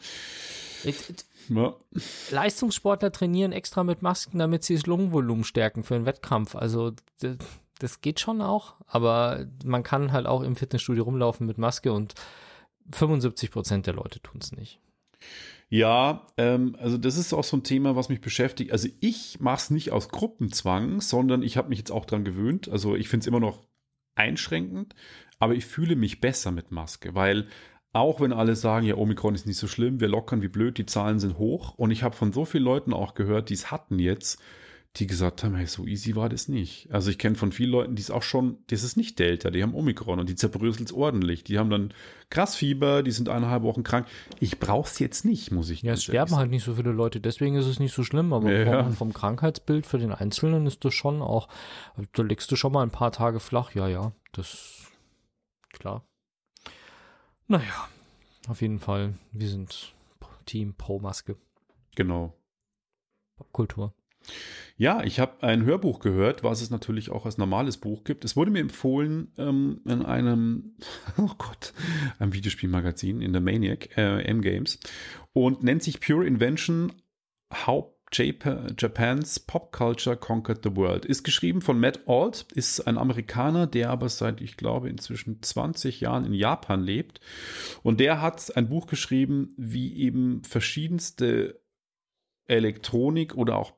Leistungssportler trainieren extra mit Masken, damit sie das Lungenvolumen stärken für einen Wettkampf. Also das geht schon auch, aber man kann halt auch im Fitnessstudio rumlaufen mit Maske und 75% der Leute tun es nicht. Ja, also das ist auch so ein Thema, was mich beschäftigt. Also ich mache es nicht aus Gruppenzwang, sondern ich habe mich jetzt auch dran gewöhnt. Also ich finde es immer noch einschränkend, aber ich fühle mich besser mit Maske, weil auch wenn alle sagen, ja, Omikron ist nicht so schlimm, wir lockern wie blöd, die Zahlen sind hoch. Und ich habe von so vielen Leuten auch gehört, die es hatten jetzt, die gesagt haben, hey, so easy war das nicht. Also ich kenne von vielen Leuten, die es auch schon, das ist nicht Delta, die haben Omikron und die zerbröselt es ordentlich. Die haben dann krass Fieber, die sind 1,5 Wochen krank. Ich brauche es jetzt nicht, muss ich Ja, es sterben halt nicht so viele Leute, deswegen ist es nicht so schlimm, aber vom Krankheitsbild für den Einzelnen ist das schon auch, da legst du schon mal ein paar Tage flach, ja, das klar. Naja, auf jeden Fall, wir sind Team pro Maske. Genau. Popkultur. Ja, ich habe ein Hörbuch gehört, was es natürlich auch als normales Buch gibt. Es wurde mir empfohlen in einem, einem Videospielmagazin in der Maniac, M-Games, und nennt sich Pure Invention, How Japan's Pop Culture Conquered the World. Ist geschrieben von Matt Alt, ist ein Amerikaner, der aber seit, ich glaube, inzwischen 20 Jahren in Japan lebt. Und der hat ein Buch geschrieben, wie eben verschiedenste Elektronik oder auch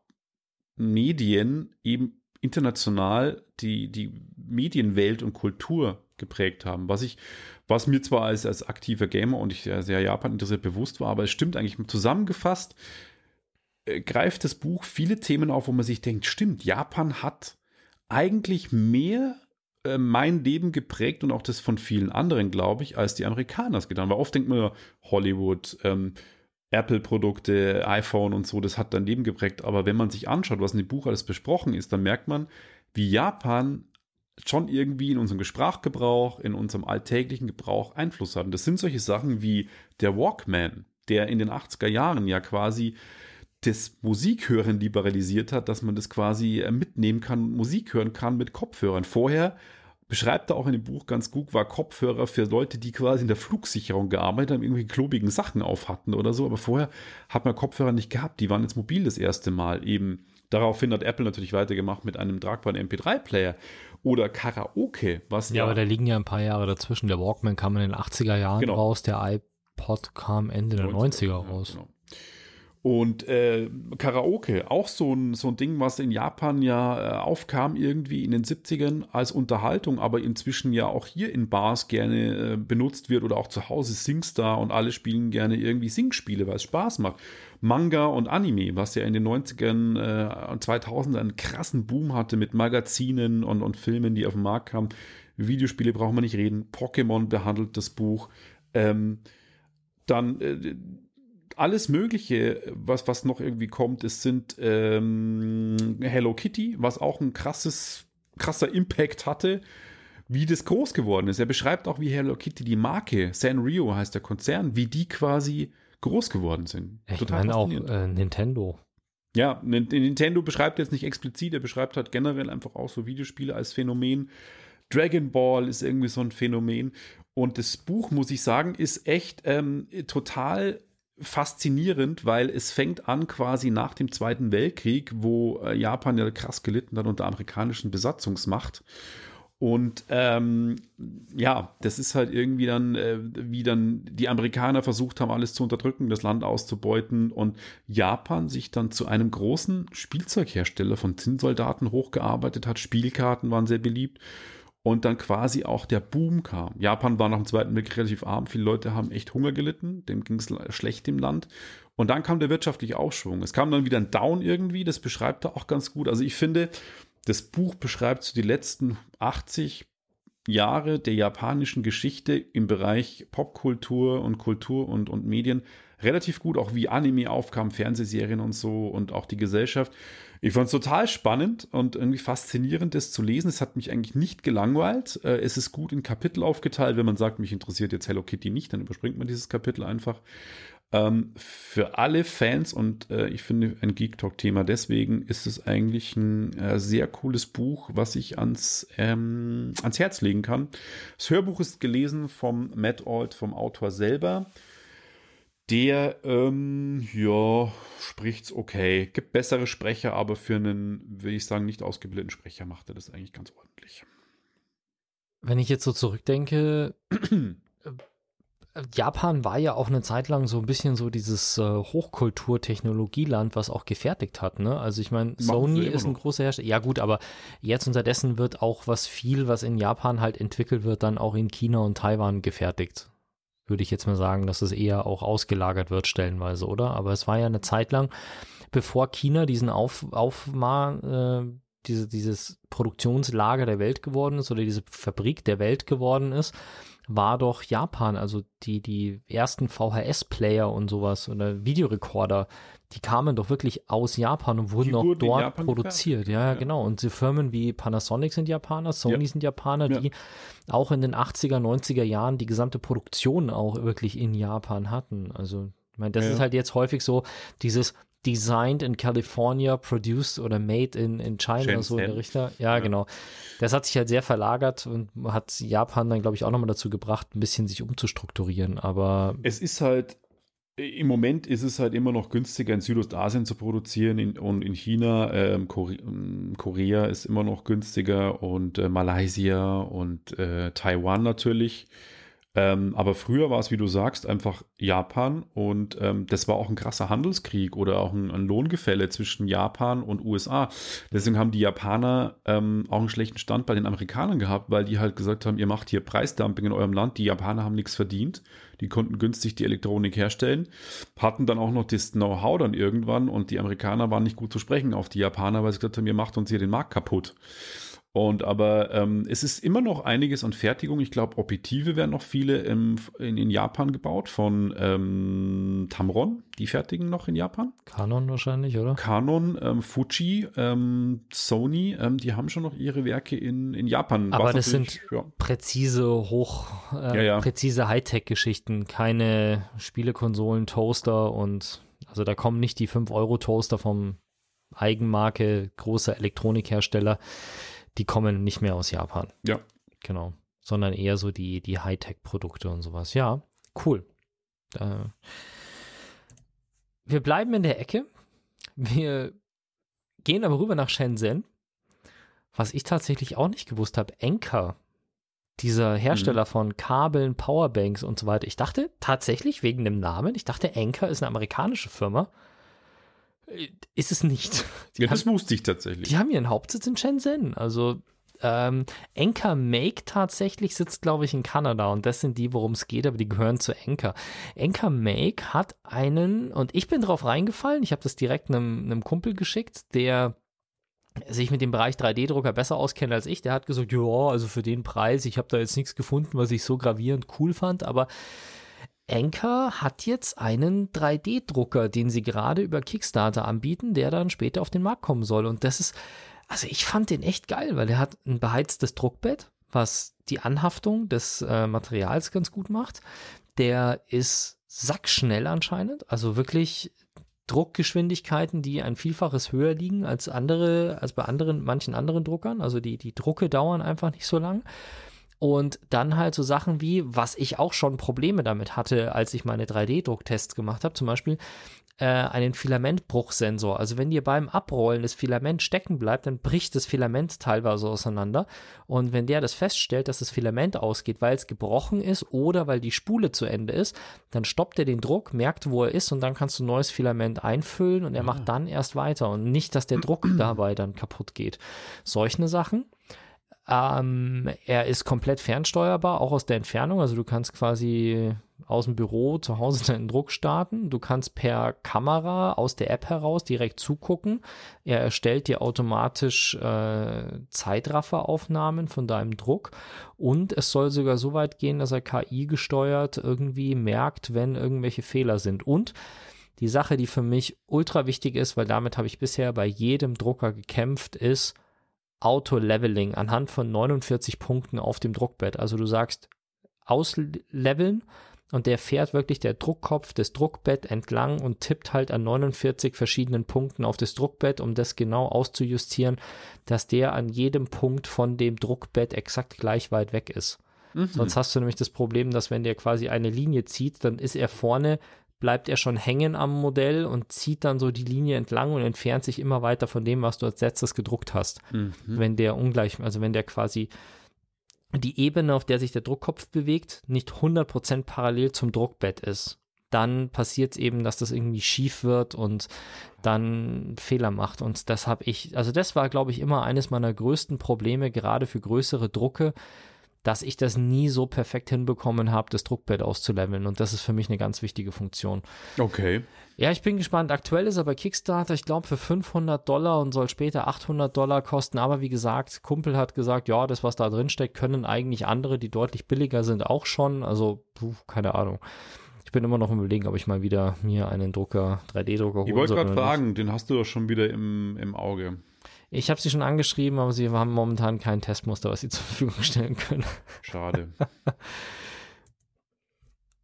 Medien eben international die Medienwelt und Kultur geprägt haben. Was mir zwar als aktiver Gamer und ich sehr Japan interessiert bewusst war, aber es stimmt eigentlich zusammengefasst, greift das Buch viele Themen auf, wo man sich denkt, stimmt, Japan hat eigentlich mehr mein Leben geprägt und auch das von vielen anderen, glaube ich, als die Amerikaner es getan haben. Weil oft denkt man ja, Hollywood, Apple-Produkte, iPhone und so, das hat dein Leben geprägt. Aber wenn man sich anschaut, was in dem Buch alles besprochen ist, dann merkt man, wie Japan schon irgendwie in unserem Sprachgebrauch, in unserem alltäglichen Gebrauch Einfluss hat. Und das sind solche Sachen wie der Walkman, der in den 80er Jahren ja quasi das Musikhören liberalisiert hat, dass man das quasi mitnehmen kann, Musik hören kann mit Kopfhörern. Vorher, beschreibt er auch in dem Buch ganz gut, war Kopfhörer für Leute, die quasi in der Flugsicherung gearbeitet haben, irgendwelche klobigen Sachen auf hatten oder so. Aber vorher hat man Kopfhörer nicht gehabt. Die waren jetzt mobil das erste Mal eben. Daraufhin hat Apple natürlich weitergemacht mit einem tragbaren MP3-Player oder Karaoke. Aber da liegen ja ein paar Jahre dazwischen. Der Walkman kam in den 80er Jahren raus, der iPod kam Ende der 90er raus. Genau. Und Karaoke, auch so ein Ding, was in Japan ja aufkam irgendwie in den 70ern als Unterhaltung, aber inzwischen ja auch hier in Bars gerne benutzt wird oder auch zu Hause Singstar und alle spielen gerne irgendwie Singspiele, weil es Spaß macht. Manga und Anime, was ja in den 90ern und 2000ern einen krassen Boom hatte mit Magazinen und Filmen, die auf den Markt kamen. Videospiele brauchen wir nicht reden. Pokémon behandelt das Buch. Alles Mögliche, was noch irgendwie kommt, sind Hello Kitty, was auch ein krasser Impact hatte, wie das groß geworden ist. Er beschreibt auch, wie Hello Kitty, die Marke, Sanrio heißt der Konzern, wie die quasi groß geworden sind. Ich meine auch Nintendo. Ja, Nintendo beschreibt jetzt nicht explizit, er beschreibt halt generell einfach auch so Videospiele als Phänomen. Dragon Ball ist irgendwie so ein Phänomen. Und das Buch, muss ich sagen, ist echt total faszinierend, weil es fängt an quasi nach dem Zweiten Weltkrieg, wo Japan ja krass gelitten hat unter der amerikanischen Besatzungsmacht. Und das ist halt irgendwie dann, wie dann die Amerikaner versucht haben, alles zu unterdrücken, das Land auszubeuten und Japan sich dann zu einem großen Spielzeughersteller von Zinnsoldaten hochgearbeitet hat. Spielkarten waren sehr beliebt. Und dann quasi auch der Boom kam. Japan war nach dem Zweiten Weltkrieg relativ arm. Viele Leute haben echt Hunger gelitten. Dem ging es schlecht im Land. Und dann kam der wirtschaftliche Aufschwung. Es kam dann wieder ein Down irgendwie. Das beschreibt er auch ganz gut. Also ich finde, das Buch beschreibt so die letzten 80 Jahre der japanischen Geschichte im Bereich Popkultur und Kultur und Medien relativ gut. Auch wie Anime aufkam, Fernsehserien und so und auch die Gesellschaft. Ich fand es total spannend und irgendwie faszinierend, das zu lesen. Es hat mich eigentlich nicht gelangweilt. Es ist gut in Kapitel aufgeteilt. Wenn man sagt, mich interessiert jetzt Hello Kitty nicht, dann überspringt man dieses Kapitel einfach. Für alle Fans und ich finde ein Geek Talk-Thema. Deswegen ist es eigentlich ein sehr cooles Buch, was ich ans Herz legen kann. Das Hörbuch ist gelesen vom Matt Alt, vom Autor selber. Der, spricht's okay. Gibt bessere Sprecher, aber für einen, will ich sagen, nicht ausgebildeten Sprecher macht er das eigentlich ganz ordentlich. Wenn ich jetzt so zurückdenke, Japan war ja auch eine Zeit lang so ein bisschen so dieses Hochkultur-Technologieland, was auch gefertigt hat, ne? Also ich meine, Sony ist ein großer Hersteller. Ja gut, aber jetzt unterdessen wird auch was in Japan halt entwickelt wird, dann auch in China und Taiwan gefertigt. Würde ich jetzt mal sagen, dass es eher auch ausgelagert wird stellenweise, oder? Aber es war ja eine Zeit lang, bevor China diesen dieses Produktionslager der Welt geworden ist oder diese Fabrik der Welt geworden ist, war doch Japan, also die ersten VHS-Player und sowas oder Videorekorder, die kamen doch wirklich aus Japan und wurden auch dort produziert. Ja, genau. Und so Firmen wie Panasonic sind Japaner, Sony sind Japaner, die auch in den 80er, 90er Jahren die gesamte Produktion auch wirklich in Japan hatten. Also, ich meine, das ist halt jetzt häufig so dieses Designed in California, produced oder made in China Shenzhen. oder so in der Richtung. Ja, genau. Das hat sich halt sehr verlagert und hat Japan dann, glaube ich, auch nochmal dazu gebracht, ein bisschen sich umzustrukturieren. Aber es ist halt, im Moment ist es halt immer noch günstiger, in Südostasien zu produzieren und in China, Korea ist immer noch günstiger und Malaysia und Taiwan natürlich. Aber früher war es, wie du sagst, einfach Japan und das war auch ein krasser Handelskrieg oder auch ein Lohngefälle zwischen Japan und USA. Deswegen haben die Japaner auch einen schlechten Stand bei den Amerikanern gehabt, weil die halt gesagt haben, ihr macht hier Preisdumping in eurem Land. Die Japaner haben nichts verdient. Die konnten günstig die Elektronik herstellen, hatten dann auch noch das Know-how dann irgendwann und die Amerikaner waren nicht gut zu sprechen auf die Japaner, weil sie gesagt haben, ihr macht uns hier den Markt kaputt. Aber es ist immer noch einiges an Fertigung. Ich glaube, Objektive werden noch viele in Japan gebaut von Tamron. Die fertigen noch in Japan. Canon wahrscheinlich, oder? Canon, Fuji, Sony, die haben schon noch ihre Werke in Japan. Aber das sind präzise, präzise Hightech-Geschichten. Keine Spielekonsolen, Toaster und also da kommen nicht die 5-Euro-Toaster vom Eigenmarke, großer Elektronikhersteller. Die kommen nicht mehr aus Japan. Ja. Genau. Sondern eher so die Hightech-Produkte und sowas. Ja, cool. Wir bleiben in der Ecke. Wir gehen aber rüber nach Shenzhen. Was ich tatsächlich auch nicht gewusst habe. Anker, dieser Hersteller von Kabeln, Powerbanks und so weiter. Ich dachte tatsächlich wegen dem Namen, Anker ist eine amerikanische Firma. Ist es nicht. Das wusste ich tatsächlich. Die haben ihren Hauptsitz in Shenzhen. Also Anker Make tatsächlich sitzt, glaube ich, in Kanada und das sind die, worum es geht, aber die gehören zu Anker. Anker Make hat und ich bin drauf reingefallen, ich habe das direkt einem Kumpel geschickt, der sich mit dem Bereich 3D-Drucker besser auskennt als ich. Der hat gesagt, ja, also für den Preis, ich habe da jetzt nichts gefunden, was ich so gravierend cool fand, aber Anker hat jetzt einen 3D-Drucker, den sie gerade über Kickstarter anbieten, der dann später auf den Markt kommen soll. Und das ist, also ich fand den echt geil, weil er hat ein beheiztes Druckbett, was die Anhaftung des Materials ganz gut macht. Der ist sackschnell anscheinend, also wirklich Druckgeschwindigkeiten, die ein Vielfaches höher liegen als bei manchen anderen Druckern. Also die Drucke dauern einfach nicht so lang. Und dann halt so Sachen wie, was ich auch schon Probleme damit hatte, als ich meine 3D-Drucktests gemacht habe, zum Beispiel einen Filamentbruchsensor. Also wenn dir beim Abrollen das Filament stecken bleibt, dann bricht das Filament teilweise auseinander. Und wenn der das feststellt, dass das Filament ausgeht, weil es gebrochen ist oder weil die Spule zu Ende ist, dann stoppt er den Druck, merkt, wo er ist und dann kannst du neues Filament einfüllen und er macht dann erst weiter und nicht, dass der Druck dabei dann kaputt geht. Solche Sachen. Er ist komplett fernsteuerbar, auch aus der Entfernung. Also du kannst quasi aus dem Büro zu Hause deinen Druck starten. Du kannst per Kamera aus der App heraus direkt zugucken. Er erstellt dir automatisch Zeitrafferaufnahmen von deinem Druck. Und es soll sogar so weit gehen, dass er KI gesteuert irgendwie merkt, wenn irgendwelche Fehler sind. Und die Sache, die für mich ultra wichtig ist, weil damit habe ich bisher bei jedem Drucker gekämpft, ist Auto-Leveling anhand von 49 Punkten auf dem Druckbett. Also du sagst ausleveln und der fährt wirklich der Druckkopf des Druckbett entlang und tippt halt an 49 verschiedenen Punkten auf das Druckbett, um das genau auszujustieren, dass der an jedem Punkt von dem Druckbett exakt gleich weit weg ist. Sonst hast du nämlich das Problem, dass wenn der quasi eine Linie zieht, dann ist er vorne, bleibt er schon hängen am Modell und zieht dann so die Linie entlang und entfernt sich immer weiter von dem, was du als letztes gedruckt hast. Wenn der wenn der quasi die Ebene, auf der sich der Druckkopf bewegt, nicht 100% parallel zum Druckbett ist, dann passiert es eben, dass das irgendwie schief wird und dann Fehler macht. Und das das war, glaube ich, immer eines meiner größten Probleme, gerade für größere Drucke, dass ich das nie so perfekt hinbekommen habe, das Druckbett auszuleveln. Und das ist für mich eine ganz wichtige Funktion. Okay. Ja, ich bin gespannt. Aktuell ist er bei Kickstarter, ich glaube, für $500 und soll später $800 kosten. Aber wie gesagt, Kumpel hat gesagt, ja, das, was da drin steckt, können eigentlich andere, die deutlich billiger sind, auch schon. Also, keine Ahnung. Ich bin immer noch im Überlegen, ob ich mal wieder mir einen 3D-Drucker hole. Ich wollte gerade fragen, den hast du doch schon wieder im Auge. Ich habe sie schon angeschrieben, aber sie haben momentan kein Testmuster, was sie zur Verfügung stellen können. Schade.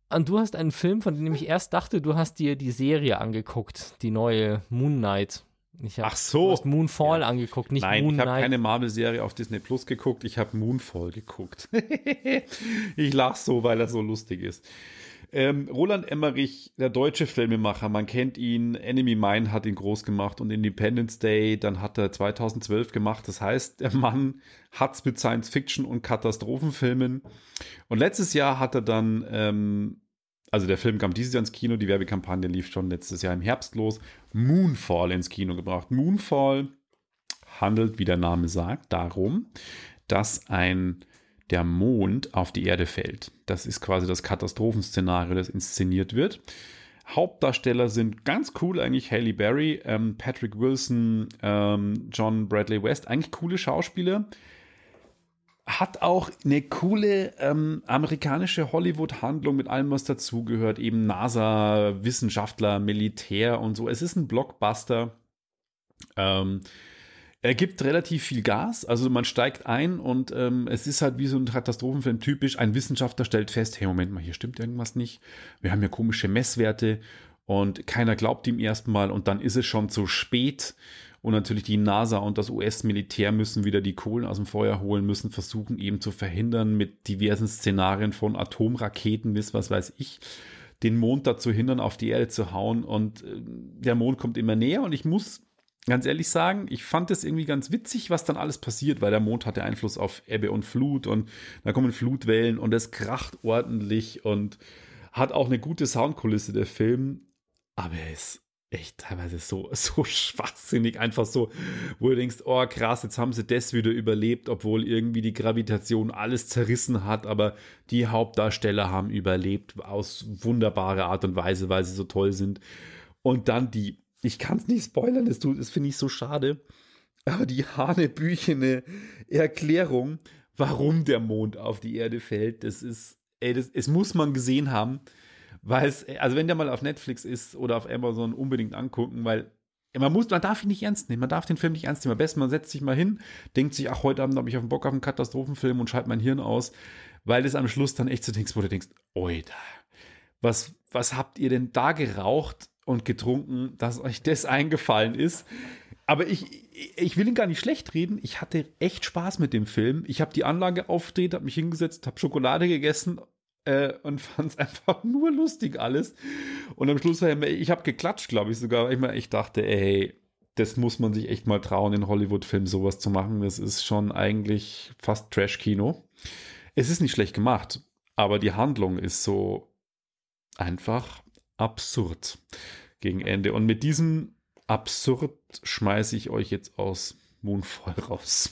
Und du hast einen Film, von dem ich erst dachte, du hast dir die Serie angeguckt, die neue Moon Knight. Ach so. Du hast Moonfall angeguckt, nicht Nein, Moon Knight. ich habe keine Marvel-Serie auf Disney Plus geguckt, ich habe Moonfall geguckt. Ich lache so, weil er so lustig ist. Roland Emmerich, der deutsche Filmemacher, man kennt ihn, Enemy Mine hat ihn groß gemacht und Independence Day, dann hat er 2012 gemacht. Das heißt, der Mann hat's mit Science-Fiction und Katastrophenfilmen. Und letztes Jahr hat er dann, also der Film kam dieses Jahr ins Kino, die Werbekampagne lief schon letztes Jahr im Herbst los, Moonfall ins Kino gebracht. Moonfall handelt, wie der Name sagt, darum, dass der Mond auf die Erde fällt. Das ist quasi das Katastrophenszenario, das inszeniert wird. Hauptdarsteller sind ganz cool eigentlich Halle Berry, Patrick Wilson, John Bradley West, eigentlich coole Schauspieler. Hat auch eine coole amerikanische Hollywood-Handlung mit allem, was dazugehört. Eben NASA, Wissenschaftler, Militär und so. Es ist ein Blockbuster. Er gibt relativ viel Gas, also man steigt ein und es ist halt wie so ein Katastrophenfilm typisch. Ein Wissenschaftler stellt fest, hey, Moment mal, hier stimmt irgendwas nicht. Wir haben ja komische Messwerte und keiner glaubt ihm erstmal und dann ist es schon zu spät. Und natürlich die NASA und das US-Militär müssen wieder die Kohlen aus dem Feuer holen, müssen versuchen eben zu verhindern mit diversen Szenarien von Atomraketen bis was weiß ich, den Mond dazu hindern, auf die Erde zu hauen. Und der Mond kommt immer näher und ich muss ganz ehrlich sagen, ich fand es irgendwie ganz witzig, was dann alles passiert, weil der Mond hatte Einfluss auf Ebbe und Flut und da kommen Flutwellen und es kracht ordentlich und hat auch eine gute Soundkulisse, der Film, aber er ist echt teilweise so schwachsinnig, einfach so, wo du denkst, oh krass, jetzt haben sie das wieder überlebt, obwohl irgendwie die Gravitation alles zerrissen hat, aber die Hauptdarsteller haben überlebt aus wunderbarer Art und Weise, weil sie so toll sind. Und dann ich kann es nicht spoilern, das finde ich so schade, aber die hanebüchene Erklärung, warum der Mond auf die Erde fällt, das muss man gesehen haben, weil also wenn der mal auf Netflix ist oder auf Amazon, unbedingt angucken, weil man darf ihn nicht ernst nehmen, man darf den Film nicht ernst nehmen. Am besten, man setzt sich mal hin, denkt sich, ach, heute Abend habe ich auf den Bock auf einen Katastrophenfilm und schalte mein Hirn aus, weil das am Schluss dann echt so denkst, wo du denkst, oida, was habt ihr denn da geraucht und getrunken, dass euch das eingefallen ist? Aber ich will ihn gar nicht schlecht reden. Ich hatte echt Spaß mit dem Film. Ich habe die Anlage aufgedreht, habe mich hingesetzt, habe Schokolade gegessen und fand es einfach nur lustig alles. Und am Schluss, ich habe geklatscht, glaube ich sogar, weil ich dachte, ey, das muss man sich echt mal trauen, in Hollywood-Filmen sowas zu machen. Das ist schon eigentlich fast Trash-Kino. Es ist nicht schlecht gemacht, aber die Handlung ist so einfach absurd gegen Ende. Und mit diesem Absurd schmeiße ich euch jetzt aus Moonfall raus.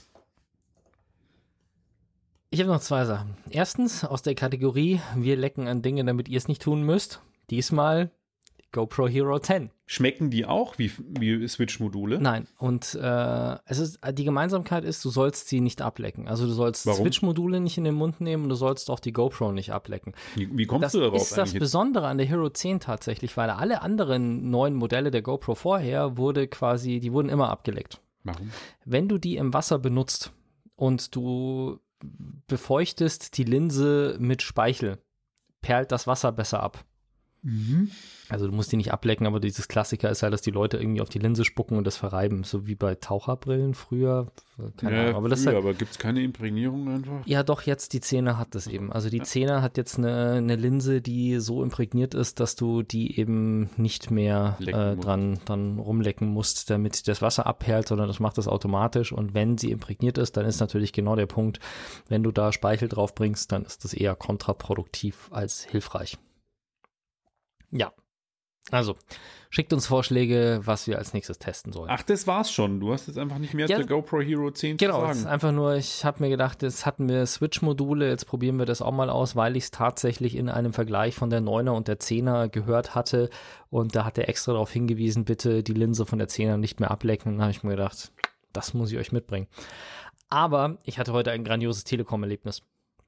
Ich habe noch zwei Sachen. Erstens, aus der Kategorie, wir lecken an Dinge, damit ihr es nicht tun müsst. Diesmal GoPro Hero 10. Schmecken die auch wie Switch-Module? Nein. Und die Gemeinsamkeit ist, du sollst sie nicht ablecken. Also du sollst Switch-Module nicht in den Mund nehmen und du sollst auch die GoPro nicht ablecken. Wie kommst du darauf eigentlich? Das ist das Besondere an der Hero 10 tatsächlich, weil alle anderen neuen Modelle der GoPro vorher die wurden immer abgeleckt. Warum? Wenn du die im Wasser benutzt und du befeuchtest die Linse mit Speichel, perlt das Wasser besser ab. Mhm. Also du musst die nicht ablecken, aber dieses Klassiker ist halt, dass die Leute irgendwie auf die Linse spucken und das verreiben, so wie bei Taucherbrillen früher. Keine Ahnung. Aber gibt es keine Imprägnierung einfach? Ja doch, jetzt die 10er hat das eben. Also die 10er hat jetzt eine Linse, die so imprägniert ist, dass du die eben nicht mehr dran rumlecken musst, damit das Wasser abperlt, sondern das macht das automatisch. Und wenn sie imprägniert ist, dann ist natürlich genau der Punkt, wenn du da Speichel drauf bringst, dann ist das eher kontraproduktiv als hilfreich. Ja. Also, schickt uns Vorschläge, was wir als nächstes testen sollen. Ach, das war's schon. Du hast jetzt einfach nicht mehr zur GoPro Hero 10 zu sagen. Genau, es ist einfach nur, ich habe mir gedacht, jetzt hatten wir Switch-Module, jetzt probieren wir das auch mal aus, weil ich es tatsächlich in einem Vergleich von der 9er und der 10er gehört hatte und da hat er extra darauf hingewiesen, bitte die Linse von der 10er nicht mehr ablecken. Dann habe ich mir gedacht, das muss ich euch mitbringen. Aber ich hatte heute ein grandioses Telekom-Erlebnis.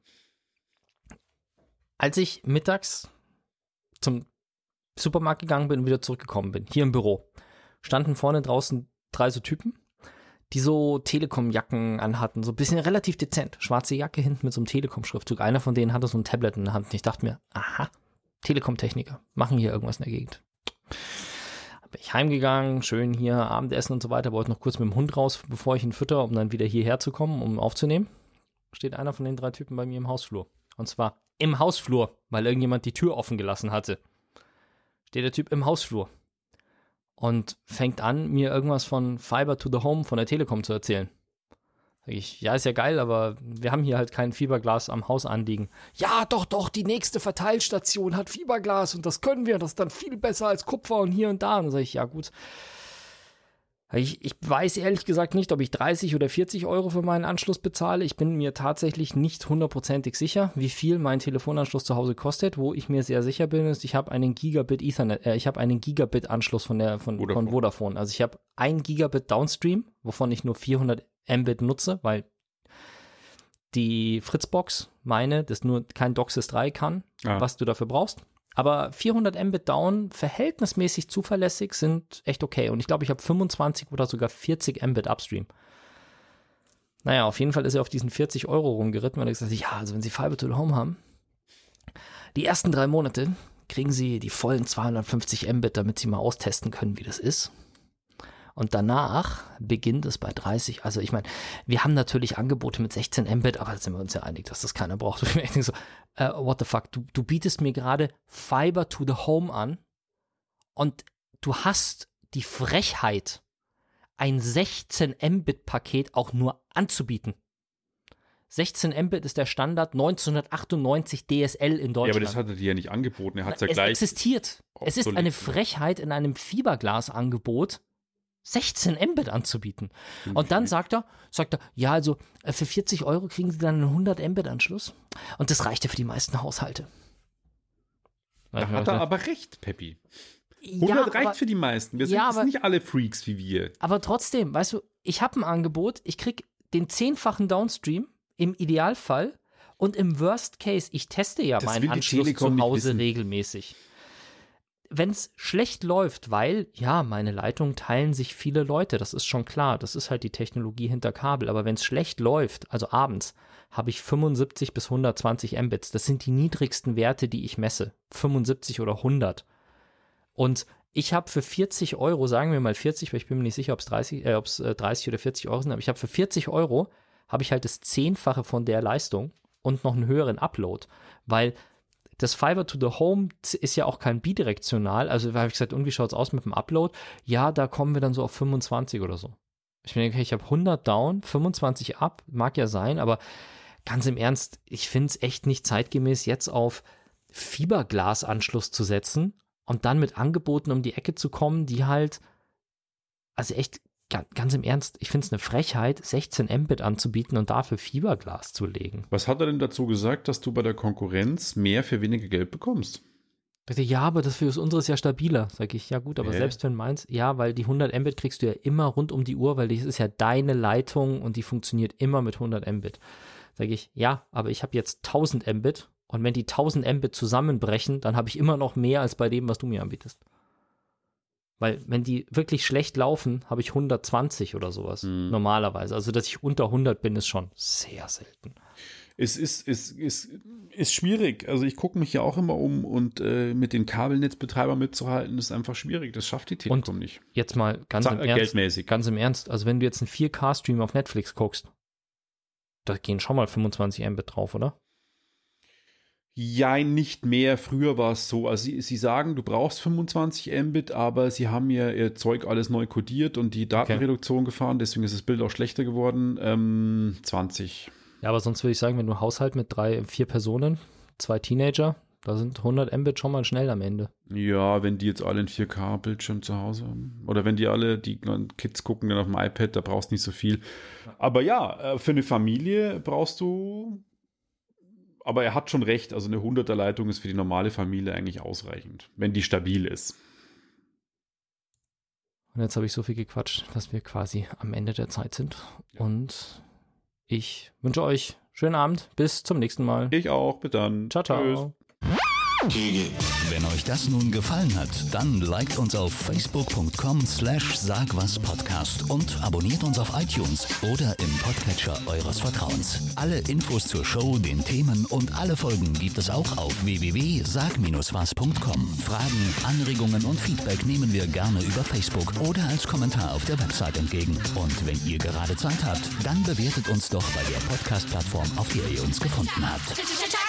Als ich mittags zum Supermarkt gegangen bin und wieder zurückgekommen bin, hier im Büro, standen vorne draußen 3 so Typen, die so Telekom-Jacken anhatten, so ein bisschen relativ dezent. Schwarze Jacke hinten mit so einem Telekom-Schriftzug. Einer von denen hatte so ein Tablet in der Hand und ich dachte mir, aha, Telekom-Techniker, machen hier irgendwas in der Gegend. Bin ich heimgegangen, schön hier Abendessen und so weiter, wollte noch kurz mit dem Hund raus, bevor ich ihn fütter, um dann wieder hierher zu kommen, um aufzunehmen. Steht einer von den 3 Typen bei mir im Hausflur. Und zwar im Hausflur, weil irgendjemand die Tür offen gelassen hatte. Steht der Typ im Hausflur und fängt an, mir irgendwas von Fiber to the Home von der Telekom zu erzählen. Sag ich, ja, ist ja geil, aber wir haben hier halt kein Fiberglas am Haus anliegen. Ja, doch, die nächste Verteilstation hat Fiberglas und das können wir, das ist dann viel besser als Kupfer und hier und da. Und dann sage ich, ja gut. Ich weiß ehrlich gesagt nicht, ob ich 30 oder 40 Euro für meinen Anschluss bezahle. Ich bin mir tatsächlich nicht 100%ig sicher, wie viel mein Telefonanschluss zu Hause kostet. Wo ich mir sehr sicher bin, ist, ich habe einen Gigabit Ethernet, ich habe einen Gigabit Anschluss von Vodafone. Also ich habe 1 Gigabit Downstream, wovon ich nur 400 Mbit nutze, weil die Fritzbox das nur kein DOCSIS 3 kann, was du dafür brauchst. Aber 400 Mbit down, verhältnismäßig zuverlässig, sind echt okay. Und ich glaube, ich habe 25 oder sogar 40 Mbit Upstream. Naja, auf jeden Fall ist er auf diesen 40 Euro rumgeritten, weil er gesagt hat, ja, also wenn Sie Fiber to the Home haben, die ersten 3 Monate kriegen Sie die vollen 250 Mbit, damit Sie mal austesten können, wie das ist. Und danach beginnt es bei 30. Also ich meine, wir haben natürlich Angebote mit 16 Mbit, aber da sind wir uns ja einig, dass das keiner braucht. Und ich denke so, what the fuck, du bietest mir gerade Fiber to the Home an und du hast die Frechheit, ein 16 Mbit-Paket auch nur anzubieten. 16 Mbit ist der Standard 1998 DSL in Deutschland. Ja, aber das hat er dir ja nicht angeboten. Er hat es ja gleich. Es existiert. Es ist eine Frechheit, in einem Fiberglas-Angebot 16 Mbit anzubieten. Und dann sagt er, ja, also für 40 Euro kriegen Sie dann einen 100 Mbit-Anschluss. Und das reichte für die meisten Haushalte. Da hat er aber recht, Peppi. 100 reicht für die meisten. Wir sind jetzt nicht alle Freaks wie wir. Aber trotzdem, weißt du, ich habe ein Angebot, ich kriege den 10-fachen Downstream im Idealfall und im Worst Case, ich teste ja meinen Anschluss zu Hause regelmäßig. Wenn es schlecht läuft, weil, ja, meine Leitungen teilen sich viele Leute, das ist schon klar, das ist halt die Technologie hinter Kabel, aber wenn es schlecht läuft, also abends, habe ich 75 bis 120 Mbits, das sind die niedrigsten Werte, die ich messe, 75 oder 100. Und ich habe für 40 Euro, sagen wir mal 40, weil ich bin mir nicht sicher, ob es 30 oder 40 Euro sind, aber ich habe für 40 Euro, habe ich halt das 10-fache von der Leistung und noch einen höheren Upload, weil das Fiber to the Home ist ja auch kein bidirektional, also da habe ich gesagt, und wie schaut es aus mit dem Upload? Ja, da kommen wir dann so auf 25 oder so. Ich denke, ich habe 100 down, 25 up, mag ja sein, aber ganz im Ernst, ich finde es echt nicht zeitgemäß, jetzt auf Fiberglasanschluss zu setzen und dann mit Angeboten um die Ecke zu kommen, die halt, also echt, ganz im Ernst, ich finde es eine Frechheit, 16 Mbit anzubieten und dafür Fiberglas zu legen. Was hat er denn dazu gesagt, dass du bei der Konkurrenz mehr für weniger Geld bekommst? Ja, aber das für unseres ja stabiler. Sag ich, ja gut, aber selbst wenn meins, ja, weil die 100 Mbit kriegst du ja immer rund um die Uhr, weil das ist ja deine Leitung und die funktioniert immer mit 100 Mbit. Sag ich, ja, aber ich habe jetzt 1000 Mbit und wenn die 1000 Mbit zusammenbrechen, dann habe ich immer noch mehr als bei dem, was du mir anbietest. Weil wenn die wirklich schlecht laufen, habe ich 120 oder sowas normalerweise. Also dass ich unter 100 bin, ist schon sehr selten. Es ist schwierig. Also ich gucke mich ja auch immer um und mit den Kabelnetzbetreibern mitzuhalten, ist einfach schwierig. Das schafft die Telekom nicht. Jetzt mal ganz im Ernst. Also wenn du jetzt einen 4K-Stream auf Netflix guckst, da gehen schon mal 25 Mbit drauf, oder? Ja, nicht mehr. Früher war es so. Also sie sagen, du brauchst 25 Mbit, aber sie haben ja ihr Zeug alles neu codiert und die Datenreduktion gefahren. Deswegen ist das Bild auch schlechter geworden. 20. Ja, aber sonst würde ich sagen, wenn du einen Haushalt mit 3-4 Personen, 2 Teenager, da sind 100 Mbit schon mal schnell am Ende. Ja, wenn die jetzt alle einen 4K-Bildschirm zu Hause haben. Oder wenn die Kids gucken dann auf dem iPad, da brauchst du nicht so viel. Aber ja, für eine Familie brauchst du... Aber er hat schon recht, also eine 100er-Leitung ist für die normale Familie eigentlich ausreichend, wenn die stabil ist. Und jetzt habe ich so viel gequatscht, dass wir quasi am Ende der Zeit sind. Ja. Und ich wünsche euch schönen Abend. Bis zum nächsten Mal. Ich auch. Bis dann. Ciao, ciao. Tschüss. Wenn euch das nun gefallen hat, dann liked uns auf facebook.com/sagwaspodcast und abonniert uns auf iTunes oder im Podcatcher eures Vertrauens. Alle Infos zur Show, den Themen und alle Folgen gibt es auch auf www.sag-was.com. Fragen, Anregungen und Feedback nehmen wir gerne über Facebook oder als Kommentar auf der Website entgegen. Und wenn ihr gerade Zeit habt, dann bewertet uns doch bei der Podcast-Plattform, auf der ihr uns gefunden habt.